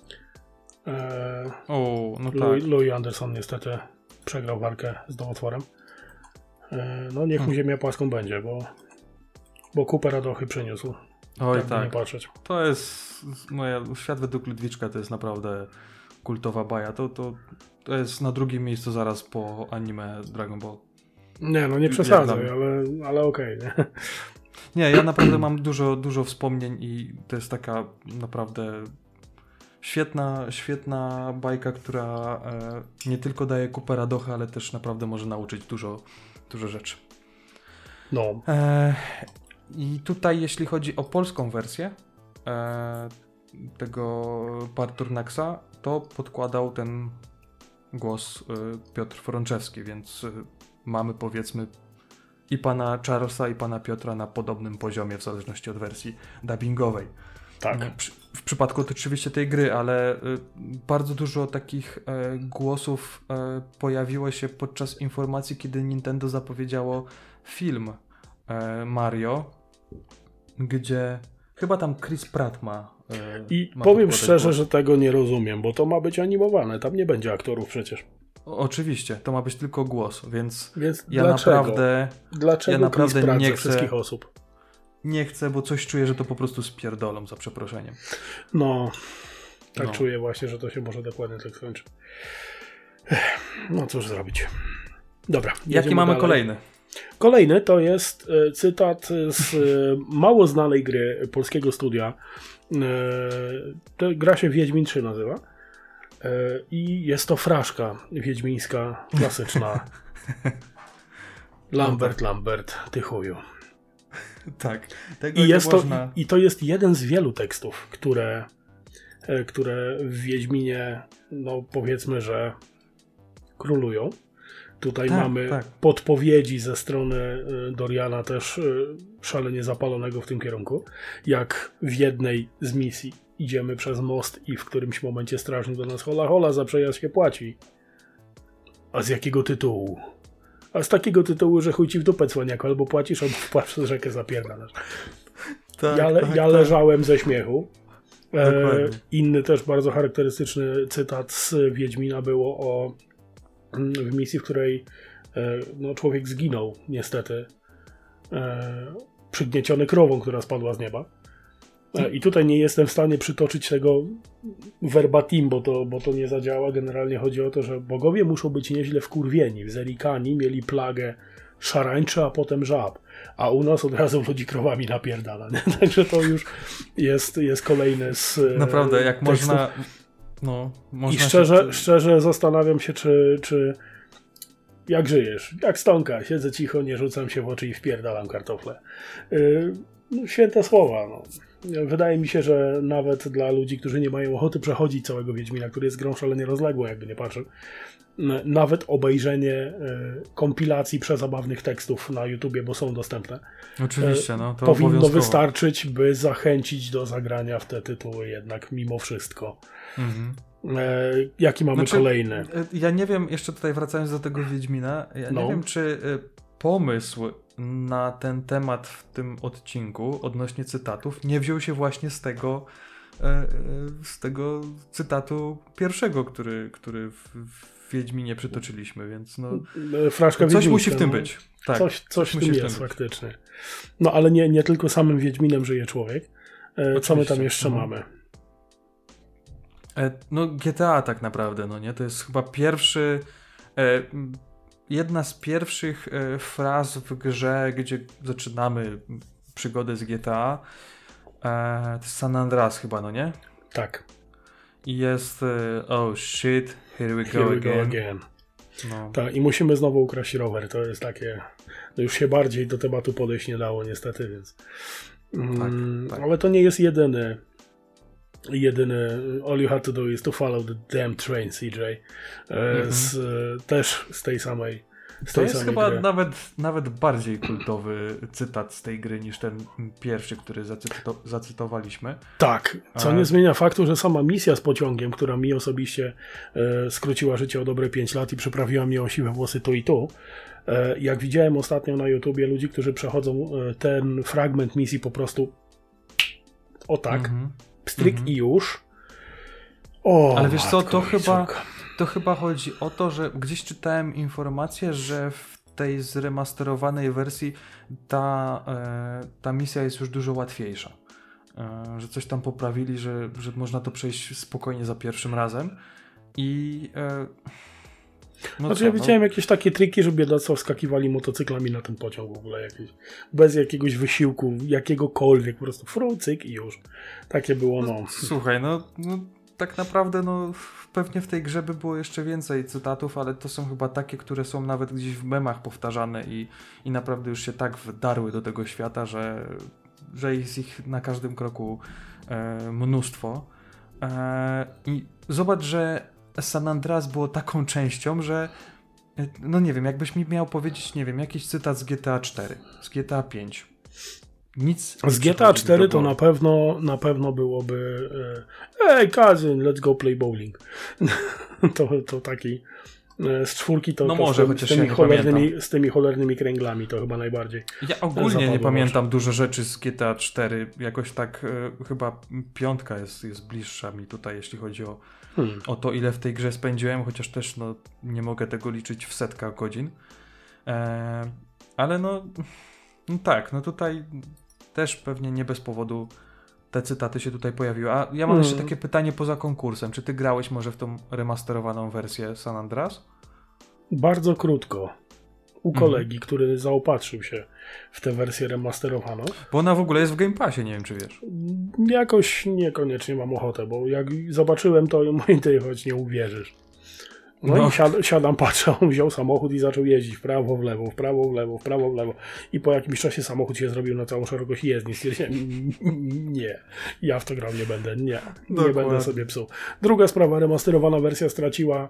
Eee, O, no Louis, tak. Louis Anderson niestety przegrał walkę z nowotworem. Eee, no niech mu Hmm. ziemia płaską będzie, bo, bo kupę radochy przyniósł. Oj, Jakby nie tak. patrzeć. To jest moja, Świat według Ludwiczka to jest naprawdę kultowa baja. To, to, to jest na drugim miejscu zaraz po anime Dragon Ball. Nie, no nie Jak przesadzaj, dla ale, ale okej, nie? Nie, ja naprawdę mam dużo, dużo wspomnień i to jest taka naprawdę świetna, świetna bajka, która e, nie tylko daje kupę radochy, ale też naprawdę może nauczyć dużo, dużo rzeczy. No. E, I tutaj jeśli chodzi o polską wersję e, tego Parturnaxa, to podkładał ten głos e, Piotr Frączewski, więc e, mamy powiedzmy i pana Charlesa i pana Piotra na podobnym poziomie w zależności od wersji dubbingowej. Tak. Przy, w przypadku oczywiście tej gry, ale y, bardzo dużo takich y, głosów y, pojawiło się podczas informacji, kiedy Nintendo zapowiedziało film y, Mario, gdzie chyba tam Chris Pratt ma y, I ma powiem podkładać szczerze, głos. że tego nie rozumiem, bo to ma być animowane, tam nie będzie aktorów przecież. O, oczywiście, to ma być tylko głos, więc Więc ja dlaczego? naprawdę Dlaczego ja naprawdę Chris Pratt nie ze chcę- wszystkich osób? nie chcę, bo coś czuję, że to po prostu spierdolą, za przeproszeniem. No, tak No. czuję właśnie, że to się może dokładnie tak skończy. Ech, no cóż zrobić. Dobra. Jaki jedziemy mamy dalej. kolejny? Kolejny to jest e, cytat z e, mało znanej gry polskiego studia. E, to gra się Wiedźmin trzy nazywa. E, I jest to fraszka wiedźmińska, klasyczna. Lambert, Lambert, ty chuju. Tak. Tego I, nie jest to, można... I to jest jeden z wielu tekstów, które, e, które w Wiedźminie, no powiedzmy, że królują. Tutaj Tak, mamy tak. podpowiedzi ze strony e, Doriana też e, szalenie zapalonego w tym kierunku. Jak w jednej z misji idziemy przez most i w którymś momencie strażnik do nas hola hola, za przejazd się płaci. A z jakiego tytułu? A z takiego tytułu, że chuj ci w dupę cwaniaku, albo płacisz, albo wpłasz przez rzekę zapierdalasz. Tak, Ja, le, tak, ja tak. leżałem ze śmiechu. E, Dokładnie. inny też bardzo charakterystyczny cytat z Wiedźmina było o mm, w misji, w której e, no, człowiek zginął niestety e, przygnieciony krową, która spadła z nieba. E, I tutaj nie jestem w stanie przytoczyć tego verbatim, bo to, bo to nie zadziała. Generalnie chodzi o to, że bogowie muszą być nieźle wkurwieni. Zerikani mieli plagę szarańczy, a potem żab. A u nas od razu ludzi krowami napierdala. Nie? Także to już jest, jest kolejny z e, Naprawdę, jak tekstów. można... No, można I szczerze, się... szczerze zastanawiam się, czy, czy jak żyjesz? Jak stonka. Siedzę cicho, nie rzucam się w oczy i wpierdalam kartofle. Yy, no, święte słowa. No. Wydaje mi się, że nawet dla ludzi, którzy nie mają ochoty przechodzić całego Wiedźmina, który jest grą szalenie rozległą, jakby nie patrzę, nawet obejrzenie y, kompilacji przezabawnych tekstów na YouTubie, bo są dostępne, Oczywiście, no, to powinno obowiązkowo. wystarczyć, by zachęcić do zagrania w te tytuły jednak mimo wszystko. Mhm. E, jaki mamy Znaczy, kolejny? Ja nie wiem, jeszcze tutaj wracając do tego Wiedźmina, ja No. nie wiem, czy y, pomysł na ten temat w tym odcinku odnośnie cytatów nie wziął się właśnie z tego e, e, z tego cytatu pierwszego, który, który w, w Wiedźminie przytoczyliśmy, więc no Fraszka coś musi w tym no. być. Tak, coś, coś, coś w tym jest być. faktycznie. No ale nie, nie tylko samym Wiedźminem żyje człowiek. E, co my tam jeszcze no. mamy? E, no G T A tak naprawdę, no nie? To jest chyba pierwszy e, jedna z pierwszych e, fraz w grze, gdzie zaczynamy przygodę z G T A. E, to jest San Andreas chyba, no nie? Tak. I jest e, oh shit, here we go here we again. Go again. No. Tak, i musimy znowu ukraść rower. To jest takie... No już się bardziej do tematu podejść nie dało niestety, więc... Mm, tak, tak. Ale to nie jest jedyny jedyny all you have to do is to follow the damn train, C J. Mm-hmm. Z, też z tej samej z To tej jest samej chyba gry. nawet, nawet bardziej kultowy cytat z tej gry niż ten pierwszy, który zacyto- zacytowaliśmy. Tak, co A... nie zmienia faktu, że sama misja z pociągiem, która mi osobiście e, skróciła życie o dobre pięć lat i przyprawiła mnie o siwe włosy tu i tu. E, jak widziałem ostatnio na YouTubie ludzi, którzy przechodzą e, ten fragment misji po prostu o tak, mm-hmm. pstryk mm-hmm. i już. O, ale wiesz co, to matko, chyba, to chyba chodzi o to, że gdzieś czytałem informację, że w tej zremasterowanej wersji ta, e, ta misja jest już dużo łatwiejsza. E, że coś tam poprawili, że, że można to przejść spokojnie za pierwszym razem. I e, no znaczy co, ja no? widziałem jakieś takie triki, że biedacy wskakiwali motocyklami na ten pociąg w ogóle jakieś, bez jakiegoś wysiłku, jakiegokolwiek, po prostu frucyk i już. Takie było, no. no słuchaj, no, no tak naprawdę no pewnie w tej grze by było jeszcze więcej cytatów, ale to są chyba takie, które są nawet gdzieś w memach powtarzane i, i naprawdę już się tak wdarły do tego świata, że, że jest ich na każdym kroku e, mnóstwo. E, I zobacz, że San Andreas było taką częścią, że no nie wiem, jakbyś mi miał powiedzieć, nie wiem, jakiś cytat z G T A cztery, z G T A pięć. Nic. Z G T A cztery to na pewno na pewno byłoby hey cousin, let's go play bowling. to, to taki z czwórki to, no to może, z, tym, z, tymi ja cholernymi, z tymi cholernymi kręglami to chyba najbardziej. Ja ogólnie nie pamiętam dużo rzeczy z G T A cztery. Jakoś tak e, chyba piątka jest, jest bliższa mi tutaj, jeśli chodzi o, hmm. o to, ile w tej grze spędziłem, chociaż też no, nie mogę tego liczyć w setkach godzin. E, ale no, no tak, no tutaj też pewnie nie bez powodu te cytaty się tutaj pojawiły. A ja mam hmm. jeszcze takie pytanie poza konkursem. Czy ty grałeś może w tą remasterowaną wersję San Andreas? Bardzo krótko. U kolegi, mm. który zaopatrzył się w tę wersję remasterowaną. Bo ona w ogóle jest w Game Passie, nie wiem czy wiesz. Jakoś niekoniecznie mam ochotę, bo jak zobaczyłem to, mówię, ty choć nie uwierzysz. No, no. i siad, siadam, patrzę, on wziął samochód i zaczął jeździć w prawo, w lewo, w prawo, w lewo, w prawo, w lewo. I po jakimś czasie samochód się zrobił na całą szerokość jezdni. Stwierdziłem, nie, ja w to grał nie będę, nie, nie Dokładnie. będę sobie psuł. Druga sprawa, remasterowana wersja straciła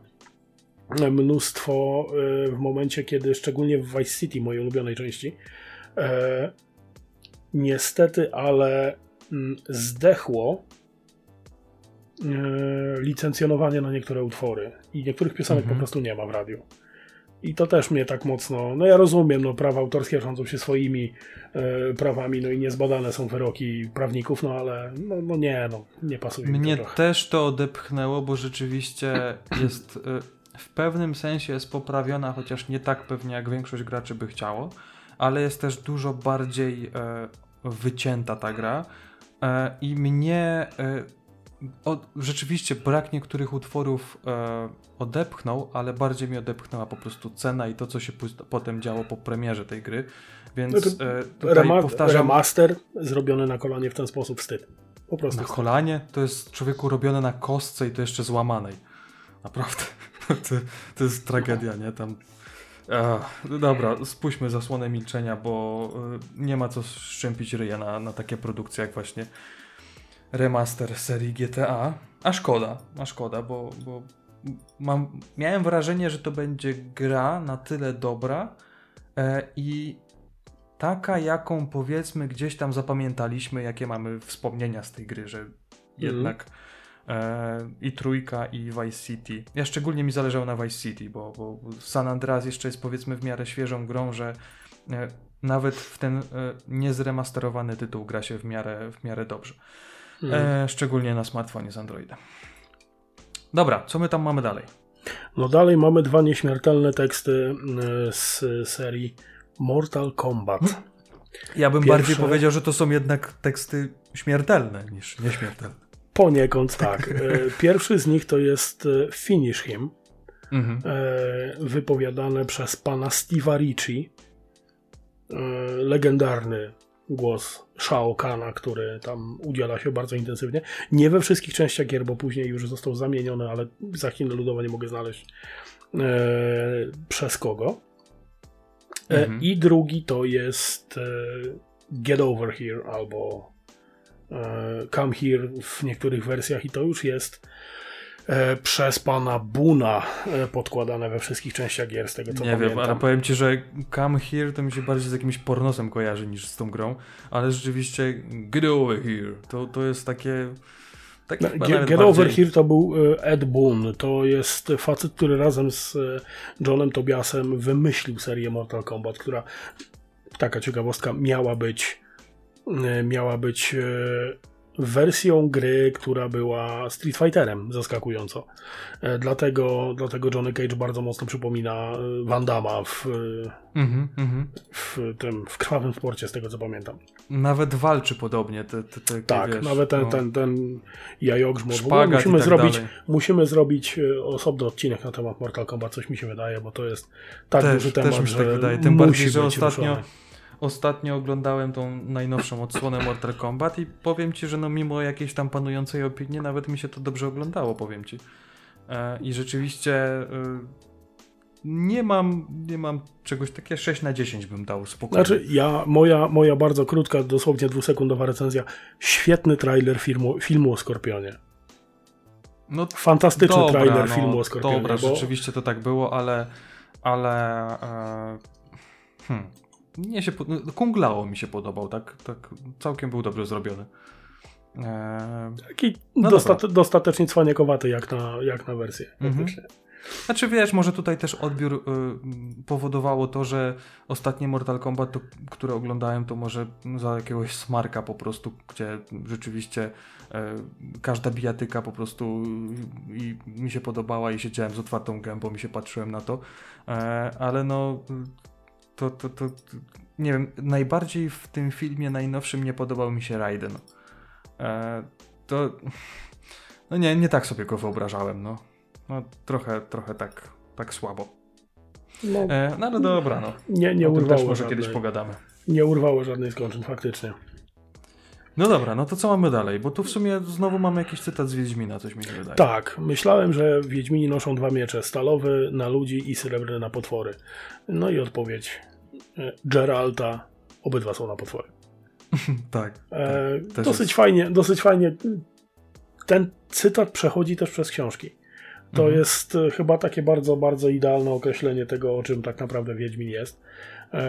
mnóstwo w momencie, kiedy szczególnie w Vice City, mojej ulubionej części, e, niestety, ale m, zdechło e, licencjonowanie na niektóre utwory i niektórych piosenek mhm. po prostu nie ma w radiu. I to też mnie tak mocno, no ja rozumiem, no prawa autorskie rządzą się swoimi e, prawami, no i niezbadane są wyroki prawników, no ale no, no nie, no nie pasuje mi Mnie to trochę. też to odepchnęło, bo rzeczywiście jest... Y- w pewnym sensie jest poprawiona, chociaż nie tak pewnie jak większość graczy by chciało, ale jest też dużo bardziej e, wycięta ta gra e, i mnie e, o, rzeczywiście brak niektórych utworów e, odepchnął, ale bardziej mi odepchnęła po prostu cena i to, co się p- potem działo po premierze tej gry, więc no e, tutaj rema- powtarzam... Remaster zrobiony na kolanie w ten sposób wstyd. Po prostu Na wstyd. kolanie? To jest człowieku robione na kostce i to jeszcze złamanej. Naprawdę. To, to jest tragedia, nie? Tam... Ach, dobra, spuśćmy zasłonę milczenia, bo y, nie ma co szczępić ryja na, na takie produkcje jak właśnie remaster serii G T A. A szkoda, a szkoda, bo, bo mam, miałem wrażenie, że to będzie gra na tyle dobra e, i taka, jaką powiedzmy gdzieś tam zapamiętaliśmy, jakie mamy wspomnienia z tej gry, że jednak mm. i trójka i Vice City. Ja szczególnie mi zależało na Vice City, bo, bo San Andreas jeszcze jest powiedzmy w miarę świeżą grą, że nawet w ten e, niezremasterowany tytuł gra się w miarę, w miarę dobrze. Hmm. E, szczególnie na smartfonie z Androidem. Dobra, co my tam mamy dalej? No dalej mamy dwa nieśmiertelne teksty y, z serii Mortal Kombat. Ja bym Pierwsze... bardziej powiedział, że to są jednak teksty śmiertelne niż nieśmiertelne. Poniekąd tak. Y, Pierwszy z nich to jest y, Finish Him, Mhm. y, wypowiadane przez pana Steve'a Ritchie, y, legendarny głos Shao Kahna, który tam udziela się bardzo intensywnie. Nie we wszystkich częściach gier, bo później już został zamieniony, ale za Chiny ludowe nie mogę znaleźć e, przez kogo. E, Mhm. I drugi to jest e, Get Over Here albo e, Come Here w niektórych wersjach i to już jest e, przez pana Buna e, podkładane we wszystkich częściach gier, z tego co Nie pamiętam. wiem, ale powiem ci, że Come Here to mi się bardziej z jakimś pornosem kojarzy niż z tą grą, ale rzeczywiście Get Over Here to, to jest takie... takie No, chyba Get, nawet Get bardziej... Over Here to był e, Ed Boon. To jest facet, który razem z e, Johnem Tobiasem wymyślił serię Mortal Kombat, która, taka ciekawostka, miała być e, miała być e, wersją gry, która była Street Fighterem, zaskakująco. E, dlatego, dlatego Johnny Cage bardzo mocno przypomina e, Van Damma w, Mhm, mhm. w tym w krwawym sporcie, z tego co pamiętam. Nawet walczy podobnie. Te, te, te, Tak, wiesz, nawet ten, no. ten, ten jajogrzmot. W ogóle Szpagat musimy i tak zrobić, dalej. musimy zrobić e, osobny odcinek na temat Mortal Kombat, coś mi się wydaje, bo to jest tak Też- duży też temat, mi się że tak wydaje. Tym musi bardziej, że być ostatnio- ruszony. Ostatnio oglądałem tą najnowszą odsłonę Mortal Kombat i powiem ci, że no mimo jakiejś tam panującej opinii nawet mi się to dobrze oglądało, powiem ci. E, I rzeczywiście e, nie mam nie mam czegoś takiego, sześć na dziesięć bym dał spokojnie. Znaczy, ja, moja, moja bardzo krótka, dosłownie dwusekundowa recenzja, świetny trailer filmu, filmu o Skorpionie. no, Fantastyczny dobra, trailer no, filmu o Skorpionie. Dobra, bo... rzeczywiście to tak było, ale ale e, hmm, mnie się, po- no, Kung Lao mi się podobał, tak, tak całkiem był dobrze zrobiony. E, Taki No dostate, dostatecznie cwaniakowaty jak na, jak na wersję. Mhm. faktycznie. Znaczy wiesz, może tutaj też odbiór y, powodowało to, że ostatnie Mortal Kombat, to, które oglądałem, to może za jakiegoś smarka po prostu, gdzie rzeczywiście y, każda bijatyka po prostu y, i mi się podobała i siedziałem z otwartą gębą i się patrzyłem na to, e, ale no to, to, to, to nie wiem, najbardziej w tym filmie najnowszym nie podobał mi się Raiden. E, to no nie, nie tak sobie go wyobrażałem, no. No trochę, trochę tak, tak słabo. No, E, no ale dobra, no. nie, nie O tym urwało też może żadnej, kiedyś pogadamy. nie urwało żadnej skończeń, faktycznie. No dobra, no to co mamy dalej? Bo tu w sumie znowu mamy jakiś cytat z Wiedźmina, coś mi się wydaje. Tak, myślałem, że Wiedźmini noszą dwa miecze, stalowy na ludzi i srebrny na potwory. No i odpowiedź e, Geralta, obydwa są na potwory. tak. E, tak. Też dosyć jest- fajnie, dosyć fajnie. Ten cytat przechodzi też przez książki. To Mhm. jest e, chyba takie bardzo, bardzo idealne określenie tego, o czym tak naprawdę Wiedźmin jest. E,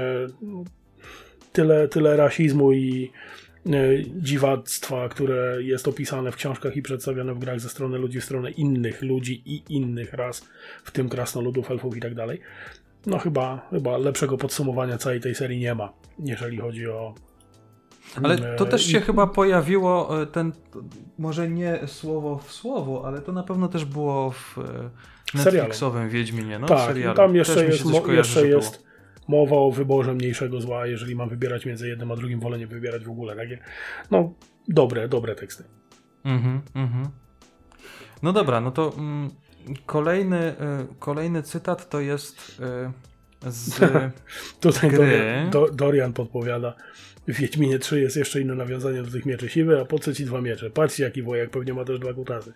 tyle, tyle rasizmu i e, dziwactwa, które jest opisane w książkach i przedstawione w grach ze strony ludzi w stronę innych ludzi i innych ras, w tym krasnoludów, elfów i tak dalej. No chyba, chyba lepszego podsumowania całej tej serii nie ma, jeżeli chodzi o... Ale e, to też się i- chyba pojawiło, e, ten, może nie słowo w słowo, ale to na pewno też było w e, serialu. Netflixowym Wiedźminie, no w Tak, serialu. tam jeszcze Też mi się jest, coś mo- kojarzy, jeszcze że było. jest mowa o wyborze mniejszego zła, jeżeli mam wybierać między jednym a drugim, wolę nie wybierać w ogóle. Takie, no, dobre, dobre teksty. Mhm, mhm. No dobra, no to mm, kolejny, y, kolejny cytat to jest y, z... Tutaj Gry. Dorian, Do, Dorian podpowiada, w Wiedźminie trzy jest jeszcze inne nawiązanie do tych mieczy siwy, a po co ci dwa miecze? Patrzcie jaki wojak, pewnie ma też dwa kutasy.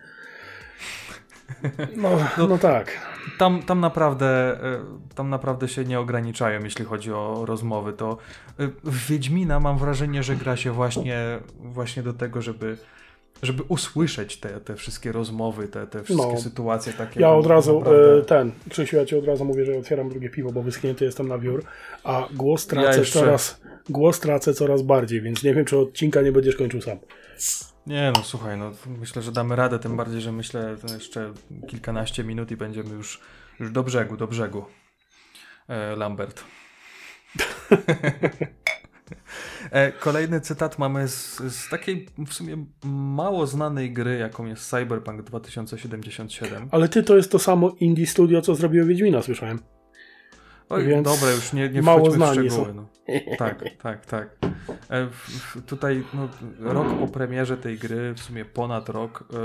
No, no, no tak. Tam, tam, naprawdę, y, tam naprawdę się nie ograniczają, jeśli chodzi o rozmowy. To y, w Wiedźmina mam wrażenie, że gra się właśnie, właśnie do tego, żeby, żeby usłyszeć te, te wszystkie rozmowy, te, te wszystkie No. sytuacje takie. Ja no, od razu, naprawdę- e, ten, Krzysiu, ja ci od razu mówię, że otwieram drugie piwo, bo wyschnięty jestem na wiór, a głos tracę, Ja jeszcze- coraz, głos tracę coraz bardziej, więc nie wiem, czy odcinka nie będziesz kończył sam. Nie no, słuchaj, no myślę, że damy radę, tym bardziej, że myślę to jeszcze kilkanaście minut i będziemy już, już do brzegu, do brzegu. E, Lambert. Kolejny cytat mamy z, z takiej w sumie mało znanej gry, jaką jest Cyberpunk dwa tysiące siedemdziesiąt siedem. Ale ty to jest to samo indie studio, co zrobiło Wiedźmina, słyszałem. Oj, Więc dobra, już nie, nie mało wchodźmy w znani szczegóły. są. No. Tak, tak, tak. E, w, w, tutaj no, rok po premierze tej gry, w sumie ponad rok, e,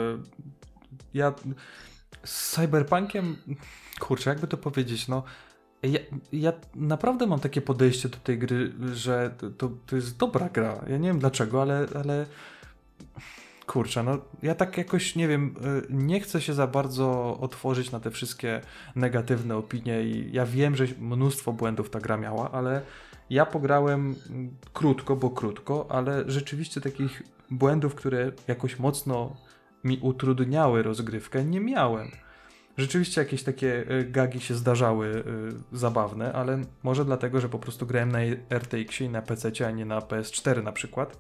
ja z Cyberpunkiem, kurczę, jakby to powiedzieć, no ja, ja naprawdę mam takie podejście do tej gry, że to, to jest dobra gra. Ja nie wiem dlaczego, ale, ale kurczę, no ja tak jakoś, nie wiem, nie chcę się za bardzo otworzyć na te wszystkie negatywne opinie i ja wiem, że mnóstwo błędów ta gra miała, ale ja pograłem krótko, bo krótko, ale rzeczywiście takich błędów, które jakoś mocno mi utrudniały rozgrywkę, nie miałem. Rzeczywiście jakieś takie gagi się zdarzały y, zabawne, ale może dlatego, że po prostu grałem na R T X-ie i na P C-cie, a nie na P S cztery na przykład.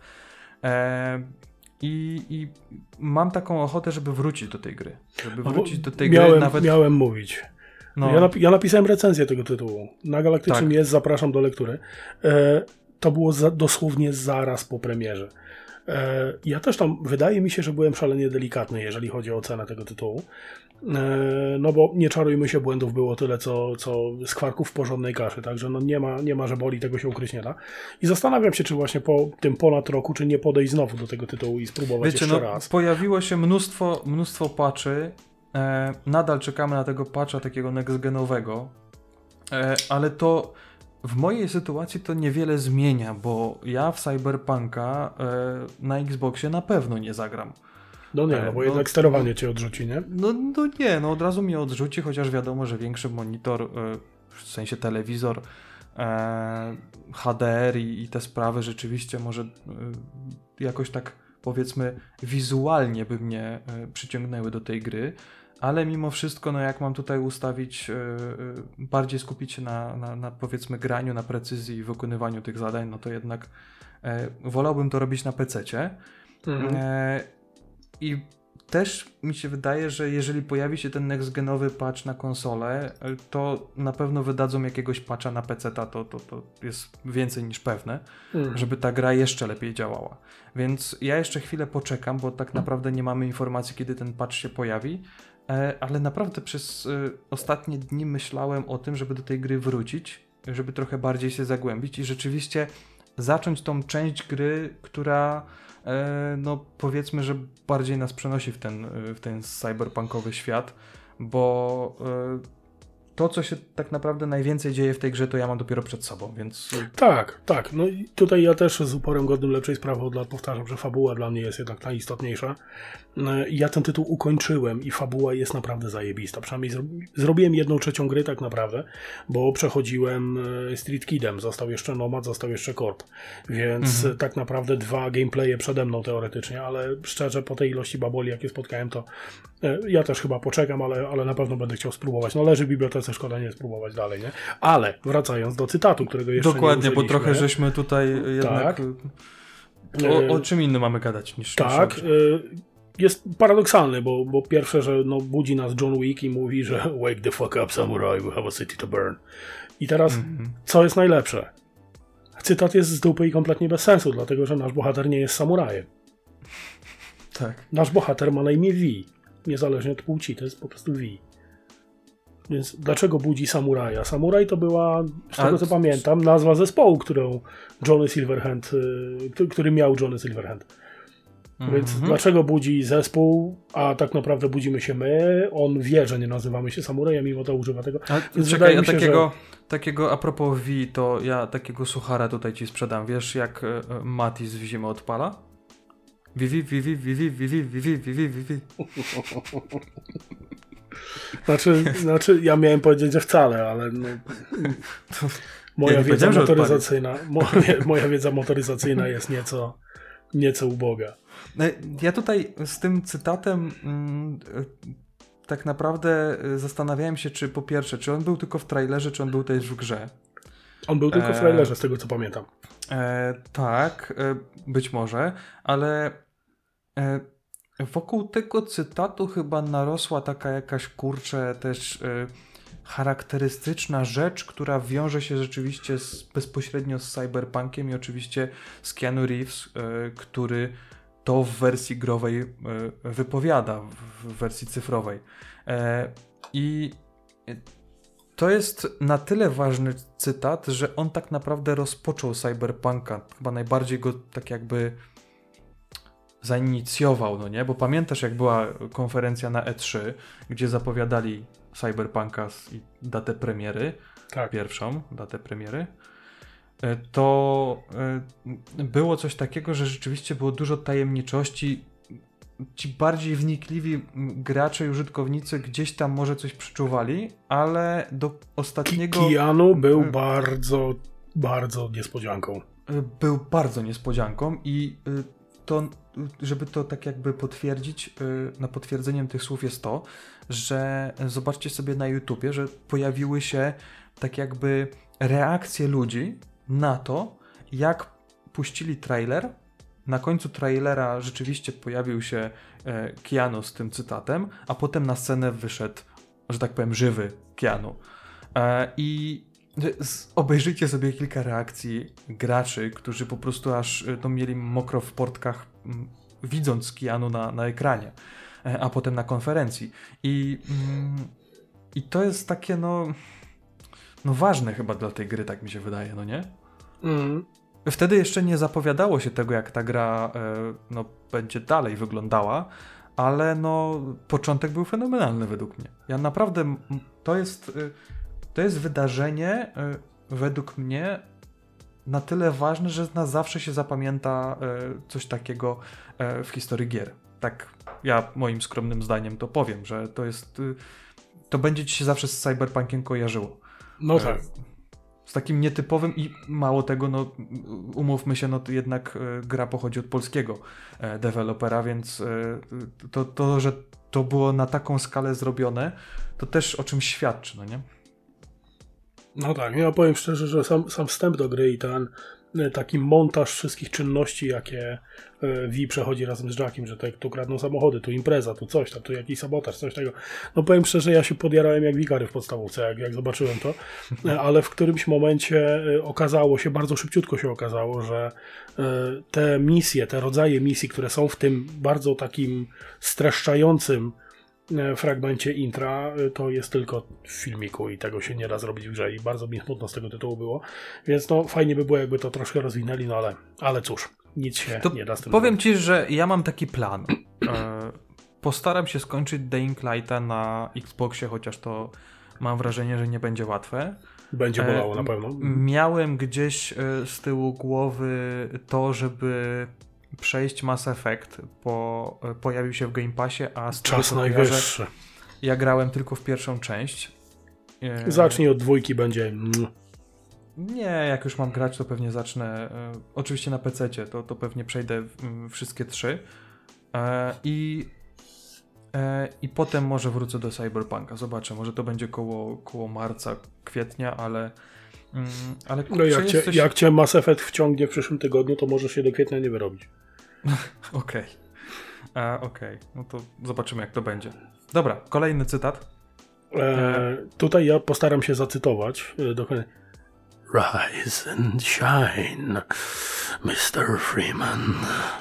E, i, I mam taką ochotę, żeby wrócić do tej gry. Żeby wrócić do tej miałem, gry nawet... Miałem mówić. No. Ja, napi- ja napisałem recenzję tego tytułu. Na Galaktycznym Tak. jest, zapraszam do lektury. E, to było za, dosłownie zaraz po premierze. E, ja też tam, wydaje mi się, że byłem szalenie delikatny, jeżeli chodzi o cenę tego tytułu. E, no bo nie czarujmy się, błędów było tyle, co, co skwarków w porządnej kaszy, także no nie ma, nie ma, że boli, tego się ukryć nie da. I zastanawiam się, czy właśnie po tym ponad roku, czy nie podejść znowu do tego tytułu i spróbować Wiecie, jeszcze no, raz. pojawiło się mnóstwo, mnóstwo patchy. E, nadal czekamy na tego patcha takiego next-genowego, e, ale to w mojej sytuacji to niewiele zmienia, bo ja w Cyberpunka e, na Xboxie na pewno nie zagram. No nie, no bo no, jednak sterowanie cię odrzuci, nie? No, no nie, no od razu mnie odrzuci, chociaż wiadomo, że większy monitor, e, w sensie telewizor, e, H D R i, i te sprawy rzeczywiście może e, jakoś tak, powiedzmy, wizualnie by mnie e, przyciągnęły do tej gry, ale mimo wszystko, no jak mam tutaj ustawić, e, e, bardziej skupić się na, na, na powiedzmy graniu, na precyzji i wykonywaniu tych zadań, no to jednak e, wolałbym to robić na pececie. Mhm. E, I też mi się wydaje, że jeżeli pojawi się ten next-genowy patch na konsolę, to na pewno wydadzą jakiegoś patcha na peceta, to, to, to jest więcej niż pewne, Mhm. żeby ta gra jeszcze lepiej działała. Więc ja jeszcze chwilę poczekam, bo tak naprawdę nie mamy informacji, kiedy ten patch się pojawi, ale naprawdę przez ostatnie dni myślałem o tym, żeby do tej gry wrócić, żeby trochę bardziej się zagłębić i rzeczywiście zacząć tą część gry, która no powiedzmy, że bardziej nas przenosi w ten, w ten cyberpunkowy świat, bo to, co się tak naprawdę najwięcej dzieje w tej grze, to ja mam dopiero przed sobą, więc... Tak, tak. No i tutaj ja też z uporem godnym lepszej sprawy od lat powtarzam, że fabuła dla mnie jest jednak najistotniejsza. Ja ten tytuł ukończyłem i fabuła jest naprawdę zajebista. Przynajmniej zro... zrobiłem jedną trzecią gry tak naprawdę, bo przechodziłem Street Kidem, został jeszcze Nomad, został jeszcze Corp. Więc mhm. tak naprawdę dwa gameplaye przede mną teoretycznie, ale szczerze po tej ilości baboli, jakie spotkałem, to ja też chyba poczekam, ale, ale na pewno będę chciał spróbować. No leży w bibliotece, szkoda nie spróbować dalej, nie? Ale wracając do cytatu, którego jeszcze Dokładnie, nie bo trochę żeśmy tutaj jednak... Tak. O, o czym innym mamy gadać niż... Tak. niż jest paradoksalny, bo, bo pierwsze, że no, budzi nas John Wick i mówi, że wake the fuck up samurai, we have a city to burn. I teraz, mm-hmm. co jest najlepsze? Cytat jest z dupy i kompletnie bez sensu, dlatego, że nasz bohater nie jest samurajem. Tak. Nasz bohater ma na imię V. Niezależnie od płci, to jest po prostu V. Więc dlaczego budzi samuraja? Samuraj to była, z tego A, co pamiętam, nazwa zespołu, którą Johnny Silverhand, który miał Johnny Silverhand. Mm-hmm. Więc dlaczego budzi zespół, a tak naprawdę budzimy się my? On wie, że nie nazywamy się samurajem, mimo to używa tego. A, Więc czekaj, a się, takiego, że... takiego a propos V, to ja takiego suchara tutaj ci sprzedam. Wiesz, jak e, Matis w zimę odpala? Vivi, Vivi, Vivi, Vivi, Vivi, Vivi, Vivi. Znaczy, znaczy, ja miałem powiedzieć, że wcale, ale no, moja ja wiedza motoryzacyjna moja, moja wiedza motoryzacyjna jest nieco, nieco uboga. Ja tutaj z tym cytatem mm, tak naprawdę zastanawiałem się, czy po pierwsze, czy on był tylko w trailerze, czy on był też w grze. On był tylko w trailerze, z tego co pamiętam. E, tak, e, być może, ale e, wokół tego cytatu chyba narosła taka jakaś, kurczę, też e, charakterystyczna rzecz, która wiąże się rzeczywiście z, bezpośrednio z Cyberpunkiem i oczywiście z Keanu Reeves, y, który to w wersji growej y, wypowiada, w, w wersji cyfrowej. Y, I to jest na tyle ważny cytat, że on tak naprawdę rozpoczął Cyberpunka. Chyba najbardziej go tak jakby zainicjował, no nie? Bo pamiętasz, jak była konferencja na E trzy, gdzie zapowiadali Cyberpunka i datę premiery, tak. pierwszą datę premiery, to było coś takiego, że rzeczywiście było dużo tajemniczości. Ci bardziej wnikliwi gracze i użytkownicy gdzieś tam może coś przeczuwali, ale do ostatniego... Keanu był bardzo, bardzo niespodzianką. Był bardzo niespodzianką i to, żeby to tak jakby potwierdzić, na potwierdzeniem tych słów jest to, że zobaczcie sobie na YouTubie, że pojawiły się tak jakby reakcje ludzi na to, jak puścili trailer. Na końcu trailera rzeczywiście pojawił się e, Keanu z tym cytatem, a potem na scenę wyszedł, że tak powiem, żywy Keanu. E, I z, obejrzyjcie sobie kilka reakcji graczy, którzy po prostu aż no, mieli mokro w portkach, m, widząc Keanu na, na ekranie, e, a potem na konferencji. I, mm, i to jest takie, no, no ważne chyba dla tej gry, tak mi się wydaje, no nie? Mhm. Wtedy jeszcze nie zapowiadało się tego, jak ta gra no, będzie dalej wyglądała, ale no, początek był fenomenalny według mnie. Ja naprawdę, to jest, to jest wydarzenie według mnie na tyle ważne, że na zawsze się zapamięta coś takiego w historii gier. Tak ja moim skromnym zdaniem to powiem, że to jest, to będzie ci się zawsze z Cyberpunkiem kojarzyło. No tak. Z takim nietypowym i mało tego, no umówmy się, no to jednak e, gra pochodzi od polskiego e, dewelopera, więc e, to, to, że to było na taką skalę zrobione, to też o czymś świadczy, no nie? No tak, ja powiem szczerze, że sam, sam wstęp do gry i ten taki montaż wszystkich czynności, jakie V przechodzi razem z Jackiem, że tak, tu kradną samochody, tu impreza, tu coś tam, tu jakiś sabotaż, coś tego. No powiem szczerze, ja się podjarałem jak wikary w podstawówce, jak, jak zobaczyłem to, ale w którymś momencie okazało się, bardzo szybciutko się okazało, że te misje, te rodzaje misji, które są w tym bardzo takim streszczającym fragmencie intra, to jest tylko w filmiku i tego się nie da zrobić w grze i bardzo mi smutno z tego tytułu było, więc no fajnie by było, jakby to troszkę rozwinęli, no ale, ale cóż, nic się to nie da z tym powiem zrobić. Ci, że ja mam taki plan. E, postaram się skończyć Dying Lighta na Xboxie, chociaż to mam wrażenie, że nie będzie łatwe. Będzie bolało e, na pewno. Miałem gdzieś z tyłu głowy to, żeby przejść Mass Effect, bo pojawił się w Game Passie, a z Czas tego, najwyższy. Ja grałem tylko w pierwszą część. Zacznij od dwójki, będzie... Nie, jak już mam grać, to pewnie zacznę e, oczywiście na pececie, to, to pewnie przejdę m, wszystkie trzy e, i, e, i potem może wrócę do Cyberpunka, zobaczę, może to będzie koło, koło marca, kwietnia, ale mm, ale No jak cię, coś... jak cię Mass Effect wciągnie w przyszłym tygodniu, to możesz się do kwietnia nie wyrobić. Okej, okay. Okej, okay. No to zobaczymy, jak to będzie. Dobra, kolejny cytat. E, tutaj ja postaram się zacytować e, dokładnie. Rise and shine, mister Freeman.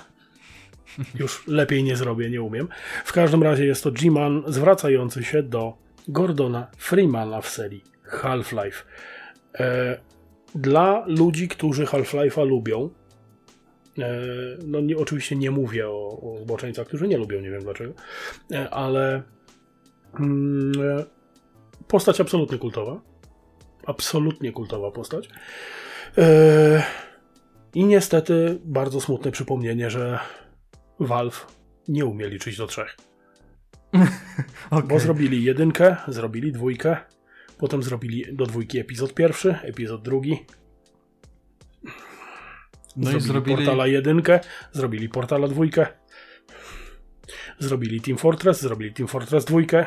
Już lepiej nie zrobię, nie umiem. W każdym razie jest to G-Man zwracający się do Gordona Freemana w serii Half-Life. E, dla ludzi, którzy Half-Life'a lubią, e, no nie, oczywiście nie mówię o, o zboczeńcach, którzy nie lubią, nie wiem dlaczego, e, ale mm, e, postać absolutnie kultowa. Absolutnie kultowa postać. E, I niestety bardzo smutne przypomnienie, że Valve nie umie liczyć do trzech. Okay. Bo zrobili jedynkę, zrobili dwójkę, potem zrobili do dwójki epizod pierwszy, epizod drugi. No zrobili, i zrobili Portala jedynkę, zrobili Portala dwójkę, zrobili Team Fortress, zrobili Team Fortress dwójkę.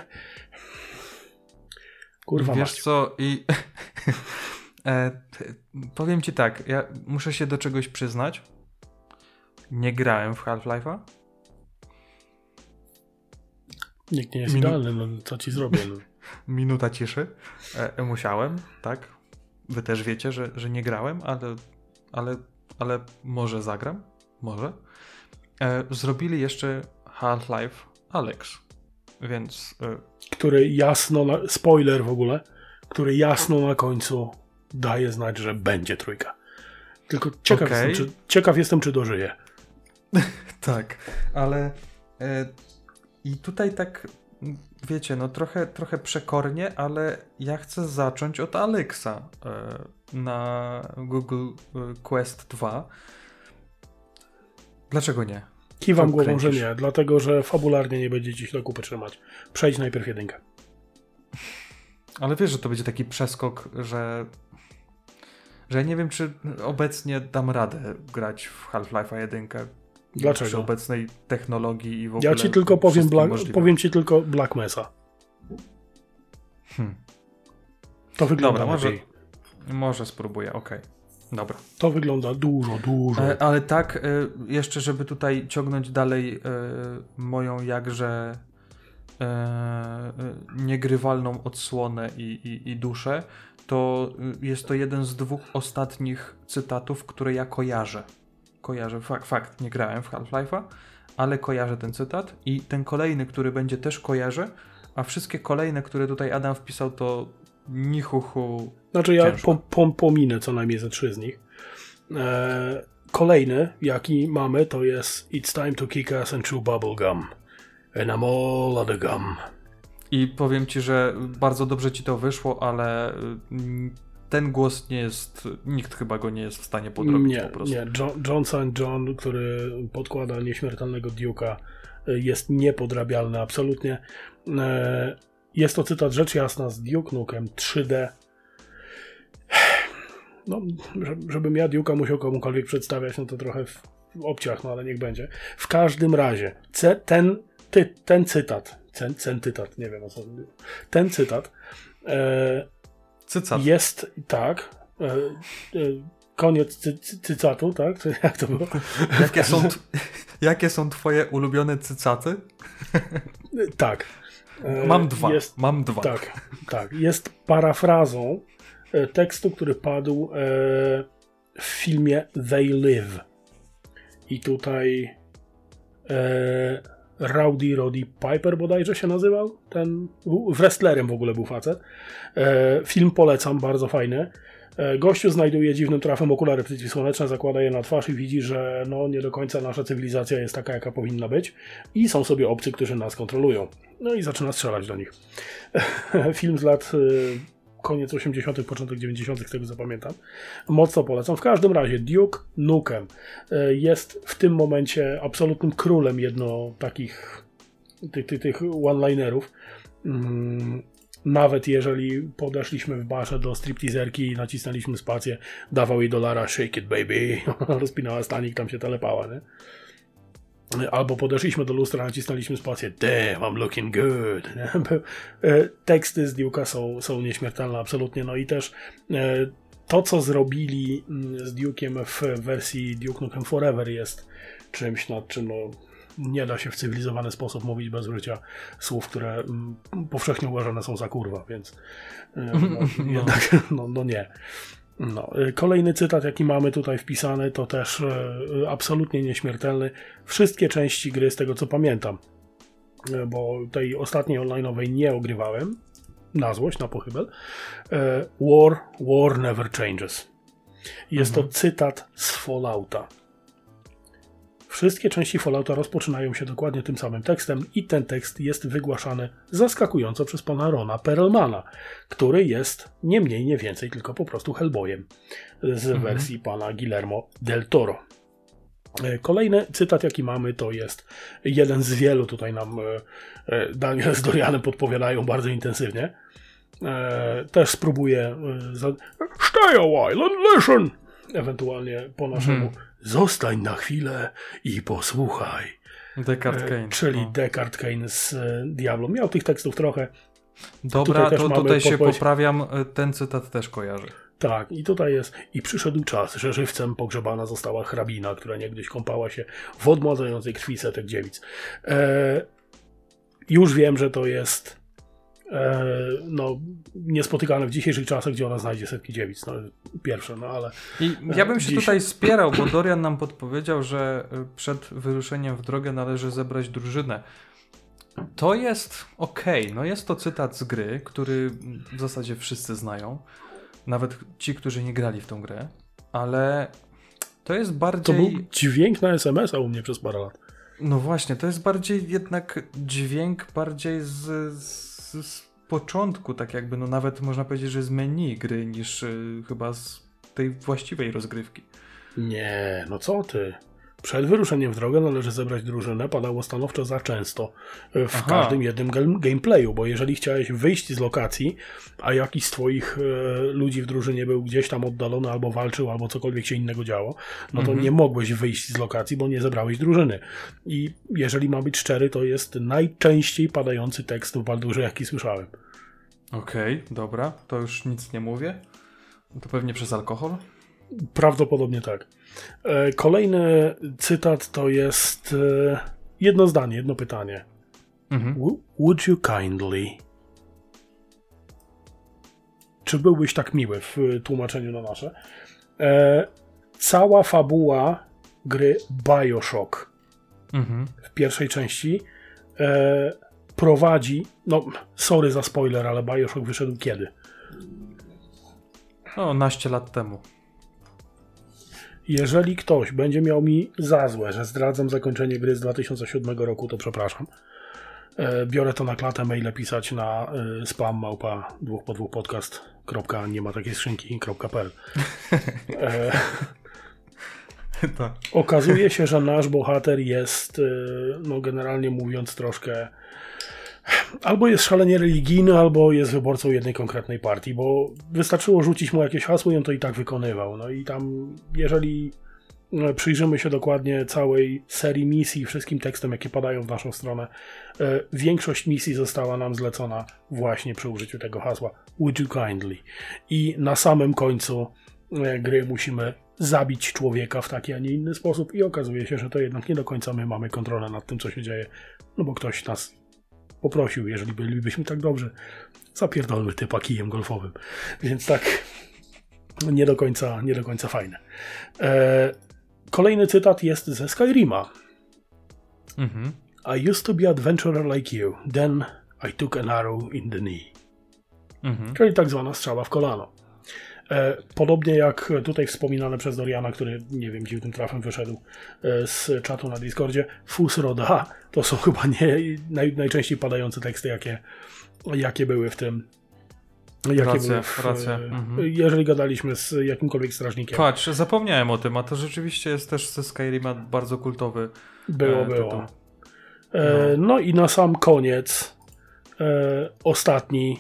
Kurwa, wiesz macie. co, i e, t, powiem ci tak, ja muszę się do czegoś przyznać. Nie grałem w Half-Life'a. Nikt nie jest Min- idealny, no co ci zrobię? No. Minuta ciszy. E, musiałem, tak? Wy też wiecie, że, że nie grałem, ale, ale, ale może zagram. Może. E, zrobili jeszcze Half-Life Alyx. Więc... E, który jasno, na, spoiler w ogóle, który jasno na końcu daje znać, że będzie trójka. Tylko ciekaw, okay. jestem, czy, ciekaw jestem, czy dożyje. Tak, ale e, i tutaj tak, wiecie, no trochę, trochę przekornie, ale ja chcę zacząć od Alyxa e, na Google Quest dwa. Dlaczego nie? Kiwam Co głową, kręcisz? że nie, dlatego, że fabularnie nie będzie ci się do kupy trzymać. Przejdź najpierw jedynkę. Ale wiesz, że to będzie taki przeskok, że że ja nie wiem, czy obecnie dam radę grać w Half-Life'a jeden. Dlaczego? Przy obecnej technologii i w ogóle... Ja ci tylko powiem, Black, możliwe. powiem ci tylko Black Mesa. Hmm. To wygląda Dobra, może, lepiej. może spróbuję, okej. Okay. Dobra. To wygląda dużo, dużo. E, ale tak, e, jeszcze żeby tutaj ciągnąć dalej e, moją jakże e, niegrywalną odsłonę i, i, i duszę, to jest to jeden z dwóch ostatnich cytatów, które ja kojarzę. Kojarzę, fakt, fakt, nie grałem w Half-Life'a, ale kojarzę ten cytat i ten kolejny, który będzie, też kojarzę, a wszystkie kolejne, które tutaj Adam wpisał, to nichuchu. Znaczy ja ciężko. po, po, pominę co najmniej ze trzy z nich. E, kolejny, jaki mamy, to jest It's time to kick ass and chew bubble gum. And I'm all out of gum. I powiem ci, że bardzo dobrze ci to wyszło, ale ten głos nie jest, nikt chyba go nie jest w stanie podrobić nie, po prostu. Nie, John, John Saint John, który podkłada nieśmiertelnego Duke'a, jest niepodrabialny absolutnie. E, jest to cytat rzecz jasna z Duke Nukem trzy D. No, żebym ja Duke'a musiał komukolwiek przedstawiać, no to trochę w obciach, no ale niech będzie. W każdym razie, ce, ten, ty, ten cytat, ten, ten cytat, nie wiem o co, ten cytat e, Cycat. jest, tak, e, e, koniec cy, cy, cycatu, tak? Jak to było? Jakie są, t- jakie są twoje ulubione cycaty? Tak. E, Mam dwa, jest, mam dwa. Tak, tak. Jest parafrazą e, tekstu, który padł e, w filmie They Live. I tutaj e, Rowdy Roddy Piper bodajże się nazywał. Ten wrestlerem w ogóle był facet. E, film polecam, bardzo fajny. E, gościu znajduje dziwnym trafem okulary przeciwsłoneczne, zakłada je na twarz i widzi, że no nie do końca nasza cywilizacja jest taka, jaka powinna być. I są sobie obcy, którzy nas kontrolują. No i zaczyna strzelać do nich. Film z lat y, koniec osiemdziesiątych, początek dziewięćdziesiątych, z tego co pamiętam. Mocno polecam. W każdym razie Duke Nukem y, jest w tym momencie absolutnym królem jedno takich tych, tych, tych one-linerów. Mm, nawet jeżeli podeszliśmy w barze do stripteaserki i nacisnęliśmy spację, dawał jej dolara, shake it baby, rozpinała stanik, tam się telepała, nie? Albo podeszliśmy do lustra, nacisnęliśmy spację, damn, I'm looking good. Teksty z Duke'a są, są nieśmiertelne absolutnie, no i też to, co zrobili z Duke'iem w wersji Duke Nukem Forever jest czymś, nad czym no, nie da się w cywilizowany sposób mówić bez użycia słów, które powszechnie uważane są za kurwa, więc no, no. jednak no, no nie. No, kolejny cytat, jaki mamy tutaj wpisany, to też e, absolutnie nieśmiertelny. Wszystkie części gry, z tego co pamiętam, e, bo tej ostatniej online'owej nie ogrywałem, na złość, na pochybel. E, war, war never changes. Jest mhm. to cytat z Fallouta. Wszystkie części Fallouta rozpoczynają się dokładnie tym samym tekstem i ten tekst jest wygłaszany zaskakująco przez pana Rona Perlmana, który jest nie mniej, nie więcej, tylko po prostu Hellboyem z mhm. wersji pana Guillermo del Toro. Kolejny cytat, jaki mamy, to jest jeden z wielu, tutaj nam Daniel z Dorianem podpowiadają bardzo intensywnie. Też spróbuję Stay a while and listen! Ewentualnie po naszemu mhm. Zostań na chwilę i posłuchaj. Deckard Cain. Czyli no. Deckard Cain z Diablo. Miał tych tekstów trochę. Dobra, tutaj, to, tutaj się podpowiedź... poprawiam. Ten cytat też kojarzy. Tak, i tutaj jest i przyszedł czas, że żywcem pogrzebana została hrabina, która niegdyś kąpała się w odmładzającej krwi setek dziewic. E, już wiem, że to jest e, no, niespotykane w dzisiejszych czasach, gdzie ona znajdzie setki dziewic. No, pierwsze, no ale... I ja bym się dziś... tutaj spierał, bo Dorian nam podpowiedział, że przed wyruszeniem w drogę należy zebrać drużynę. To jest okej, okay. No jest to cytat z gry, który w zasadzie wszyscy znają, nawet ci, którzy nie grali w tą grę, ale to jest bardziej... To był dźwięk na es em es a u mnie przez parę lat. No właśnie, to jest bardziej jednak dźwięk bardziej z, z, z początku, tak jakby, no nawet można powiedzieć, że z menu gry, niż y, chyba z tej właściwej rozgrywki. Nie, no co ty? Przed wyruszeniem w drogę należy zebrać drużynę, padało stanowczo za często w Aha. każdym jednym game- gameplayu, bo jeżeli chciałeś wyjść z lokacji, a jakiś z twoich e, ludzi w drużynie był gdzieś tam oddalony, albo walczył, albo cokolwiek się innego działo, no to mhm. nie mogłeś wyjść z lokacji, bo nie zebrałeś drużyny. I jeżeli mam być szczery, to jest najczęściej padający tekst w Baldurze, jaki słyszałem. Okej, okay, dobra, to już nic nie mówię. To pewnie przez alkohol? Prawdopodobnie tak. Kolejny cytat to jest jedno zdanie, jedno pytanie. Mhm. Would you kindly? Czy byłbyś tak miły w tłumaczeniu na nasze? E, cała fabuła gry BioShock mhm. w pierwszej części e, prowadzi, no sorry za spoiler, ale BioShock wyszedł kiedy? O, naście lat temu. Jeżeli ktoś będzie miał mi za złe, że zdradzam zakończenie gry z dwa tysiące siódmego roku, to przepraszam. E, biorę to na klatę, maile pisać na e, spam małpa dwóch po dwóch podcast kropka nie ma takiej skrzynki kropka p l. E, okazuje się, że nasz bohater jest, e, no generalnie mówiąc, troszkę albo jest szalenie religijny, albo jest wyborcą jednej konkretnej partii, bo wystarczyło rzucić mu jakieś hasło i on to i tak wykonywał. No i tam, jeżeli przyjrzymy się dokładnie całej serii misji, wszystkim tekstom, jakie padają w naszą stronę, większość misji została nam zlecona właśnie przy użyciu tego hasła Would you kindly? I na samym końcu gry musimy zabić człowieka w taki, a nie inny sposób i okazuje się, że to jednak nie do końca my mamy kontrolę nad tym, co się dzieje, no bo ktoś nas poprosił, jeżeli bylibyśmy tak dobrzy, zapierdolmy typa kijem golfowym. Więc tak, nie do końca, nie do końca fajne. E, kolejny cytat jest ze Skyrima. Mhm. I used to be adventurer like you, then I took an arrow in the knee. Mhm. Czyli tak zwana strzała w kolano. E, podobnie jak tutaj wspominane przez Doriana, który, nie wiem, dziwnym trafem wyszedł e, z czatu na Discordzie, Fusroda, to są chyba nie naj, najczęściej padające teksty, jakie, jakie były w tym. Jakie racja, były w, racja. Mhm. Jeżeli gadaliśmy z jakimkolwiek strażnikiem. Patrz, zapomniałem o tym, a to rzeczywiście jest też ze Skyrima bardzo kultowy. Było, e, było. E, no. no i na sam koniec e, ostatni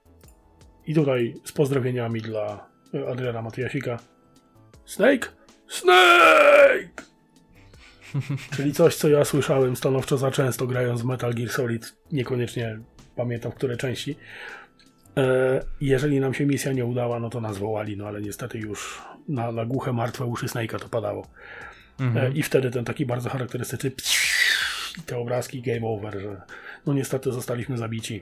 i tutaj z pozdrowieniami dla Adriana Matyjasika. Snake? Snake! Czyli coś, co ja słyszałem stanowczo za często, grając w Metal Gear Solid. Niekoniecznie pamiętam, w które części. E, jeżeli nam się misja nie udała, no to nas wołali, no ale niestety już na, na głuche, martwe uszy Snake'a to padało. Mhm. E, I wtedy ten taki bardzo charakterystyczny i te obrazki game over, że no niestety zostaliśmy zabici.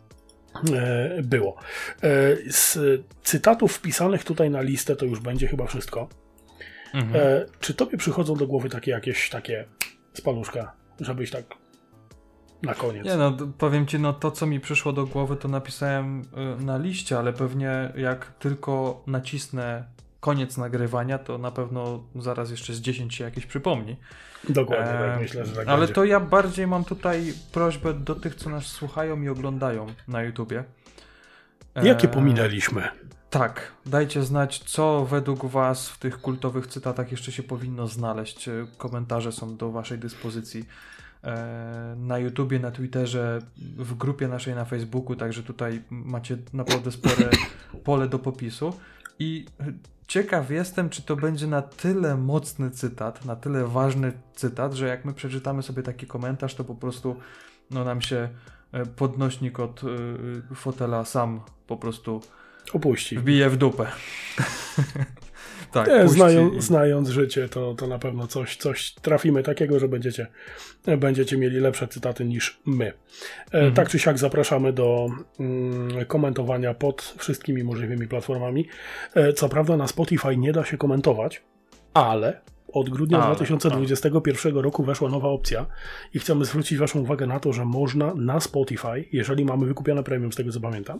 E, było. E, z cytatów wpisanych tutaj na listę to już będzie chyba wszystko. Mhm. E, czy tobie przychodzą do głowy takie jakieś takie z paluszka, żebyś tak na koniec? Nie no, powiem ci, no to co mi przyszło do głowy to napisałem y, na liście, ale pewnie jak tylko nacisnę koniec nagrywania, to na pewno zaraz jeszcze z dziesięć się jakieś przypomni. Dokładnie, e, tak myślę, że tak ale będzie. to ja bardziej mam tutaj prośbę do tych, co nas słuchają i oglądają na YouTubie. E, Jakie pominęliśmy? Tak, dajcie znać, co według was w tych kultowych cytatach jeszcze się powinno znaleźć. Komentarze są do waszej dyspozycji e, na YouTubie, na Twitterze, w grupie naszej na Facebooku, także tutaj macie naprawdę spore pole do popisu. I ciekaw jestem, czy to będzie na tyle mocny cytat, na tyle ważny cytat, że jak my przeczytamy sobie taki komentarz, to po prostu no, nam się podnośnik od y, fotela sam po prostu opuści. Wbije w dupę. Tak, Nie, znają, i... znając życie, to, to na pewno coś, coś trafimy takiego, że będziecie, będziecie mieli lepsze cytaty niż my. Mhm. Tak czy siak zapraszamy do mm, komentowania pod wszystkimi możliwymi platformami. Co prawda na Spotify nie da się komentować, ale od grudnia ale, dwa tysiące dwudziestego pierwszego ale. roku weszła nowa opcja i chcemy zwrócić waszą uwagę na to, że można na Spotify, jeżeli mamy wykupione premium, z tego co pamiętam,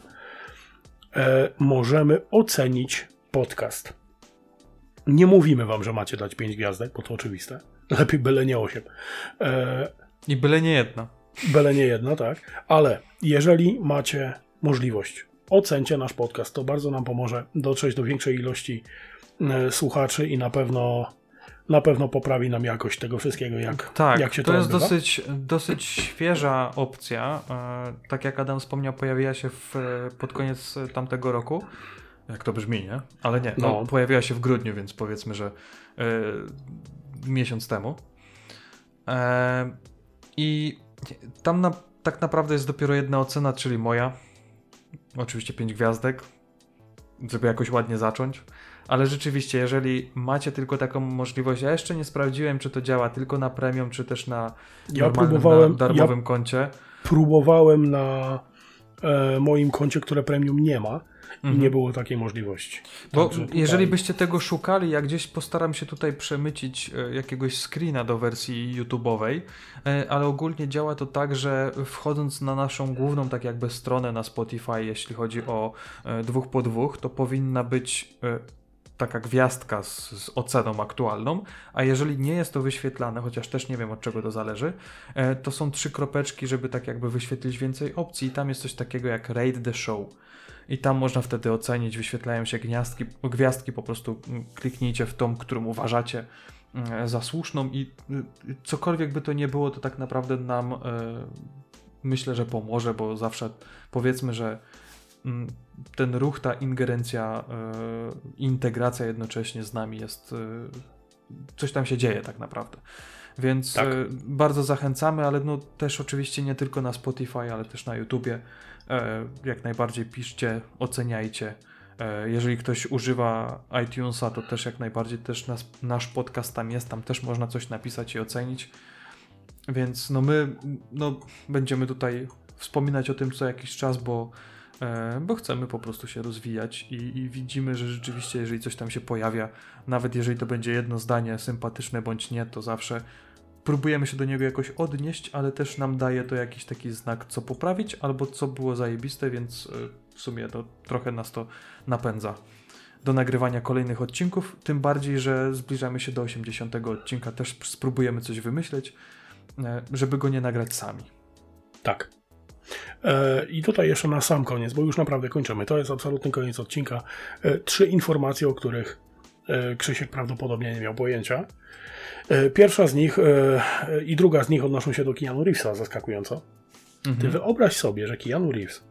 e, możemy ocenić podcast. Nie mówimy wam, że macie dać pięć gwiazdek, bo to oczywiste. Lepiej byle nie osiem. E, I byle nie jedna. Byle nie jedna, tak. Ale jeżeli macie możliwość, ocencie nasz podcast. To bardzo nam pomoże dotrzeć do większej ilości e, słuchaczy i na pewno na pewno poprawi nam jakość tego wszystkiego, jak, tak, jak się to to jest odbywa. dosyć, dosyć świeża opcja. E, tak jak Adam wspomniał, pojawiła się w, pod koniec tamtego roku. Jak to brzmi, nie? Ale nie, no, no. pojawiła się w grudniu, więc powiedzmy, że e, miesiąc temu. E, I tam na, tak naprawdę jest dopiero jedna ocena, czyli moja. Oczywiście pięć gwiazdek, żeby jakoś ładnie zacząć. Ale rzeczywiście, jeżeli macie tylko taką możliwość, ja jeszcze nie sprawdziłem, czy to działa tylko na premium, czy też na ja normalnym, na darmowym ja koncie. Próbowałem na e, moim koncie, które premium nie ma i mhm. nie było takiej możliwości. Bo tutaj... jeżeli byście tego szukali, ja gdzieś postaram się tutaj przemycić e, jakiegoś screena do wersji YouTube'owej, e, ale ogólnie działa to tak, że wchodząc na naszą główną tak jakby stronę na Spotify, jeśli chodzi o e, dwóch po dwóch, to powinna być e, taka gwiazdka z, z oceną aktualną, a jeżeli nie jest to wyświetlane, chociaż też nie wiem od czego to zależy, e, to są trzy kropeczki, żeby tak jakby wyświetlić więcej opcji i tam jest coś takiego jak Rate the Show. I tam można wtedy ocenić, wyświetlają się gniazdki, gwiazdki, po prostu kliknijcie w tą, którą uważacie za słuszną i cokolwiek by to nie było, to tak naprawdę nam e, myślę, że pomoże, bo zawsze powiedzmy, że m, ten ruch, ta ingerencja, e, integracja jednocześnie z nami jest, e, coś tam się dzieje tak naprawdę. Więc tak. e, bardzo zachęcamy, ale no też oczywiście nie tylko na Spotify, ale też na YouTubie. E, jak najbardziej piszcie, oceniajcie. E, jeżeli ktoś używa iTunesa, to też jak najbardziej też nas, nasz podcast tam jest, tam też można coś napisać i ocenić. Więc no my no, będziemy tutaj wspominać o tym co jakiś czas, bo, e, bo chcemy po prostu się rozwijać i, i widzimy, że rzeczywiście jeżeli coś tam się pojawia, nawet jeżeli to będzie jedno zdanie sympatyczne bądź nie, to zawsze próbujemy się do niego jakoś odnieść, ale też nam daje to jakiś taki znak, co poprawić, albo co było zajebiste, więc w sumie to trochę nas to napędza do nagrywania kolejnych odcinków, tym bardziej, że zbliżamy się do osiemdziesiątego odcinka, też spróbujemy coś wymyśleć, żeby go nie nagrać sami. Tak. E, I tutaj jeszcze na sam koniec, bo już naprawdę kończymy, to jest absolutny koniec odcinka. E, trzy informacje, o których e, Krzysiek prawdopodobnie nie miał pojęcia. Pierwsza z nich e, i druga z nich odnoszą się do Keanu Reevesa, zaskakująco. Mhm. Ty wyobraź sobie, że Keanu Reeves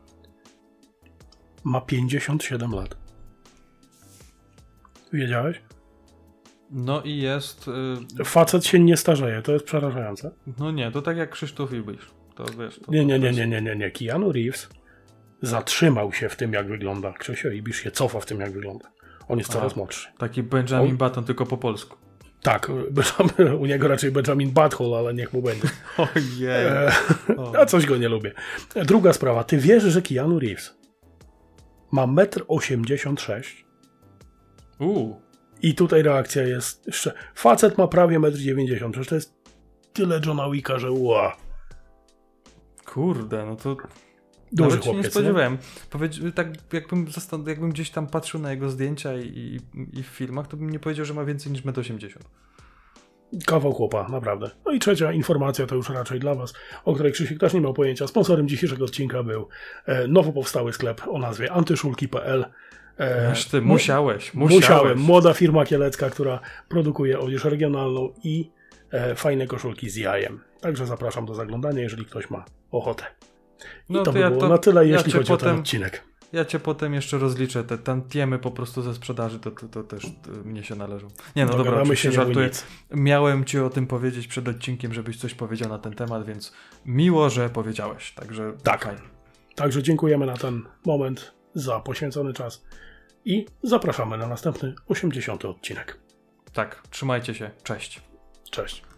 ma pięćdziesiąt siedem lat. Wiedziałeś? No i jest... Yy... Facet się nie starzeje, to jest przerażające. No nie, to tak jak Krzysztof Ibysz. To wiesz... To, nie, nie, to nie, nie, nie, nie, nie. Keanu Reeves zatrzymał się w tym, jak wygląda. Krzysio Ibysz się cofa w tym, jak wygląda. On jest Aha, coraz młodszy. Taki Benjamin On... Button, tylko po polsku. Tak, u niego raczej Benjamin Butthole, ale niech mu będzie. Ojej. E, a coś go nie lubię. Druga sprawa. Ty wiesz, że Keanu Reeves ma metr osiemdziesiąt sześć? Uuu. I tutaj reakcja jest jeszcze... Facet ma prawie metr dziewięćdziesiąt. Przecież to jest tyle Johna Wicka, że ua. Kurde, no to... Duży Nawet chłopiec, się nie spodziewałem. Powiedz, tak jakbym, zastan- jakbym gdzieś tam patrzył na jego zdjęcia i, i, i w filmach, to bym nie powiedział, że ma więcej niż metr osiemdziesiąt. Kawał chłopa, naprawdę. No i trzecia informacja to już raczej dla was, o której Krzysiek też nie miał pojęcia. Sponsorem dzisiejszego odcinka był e, nowo powstały sklep o nazwie antyszulki kropka p l. E, ty, musiałeś, musiałeś. Musiałem. Młoda firma kielecka, która produkuje odzież regionalną i e, fajne koszulki z jajem. Także zapraszam do zaglądania, jeżeli ktoś ma ochotę. I no to, to by ja było to, na tyle, jeśli ja chodzi potem, o ten odcinek. Ja cię potem jeszcze rozliczę. Te tantiemy po prostu ze sprzedaży, to, to, to też to mnie się należą. Nie, no Dogadamy dobra, oczywiście się żartuję. Miałem ci o tym powiedzieć przed odcinkiem, żebyś coś powiedział na ten temat, więc miło, że powiedziałeś. Także tak. Fajnie. Także dziękujemy na ten moment za poświęcony czas i zapraszamy na następny osiemdziesiąty odcinek. Tak, trzymajcie się. Cześć. Cześć.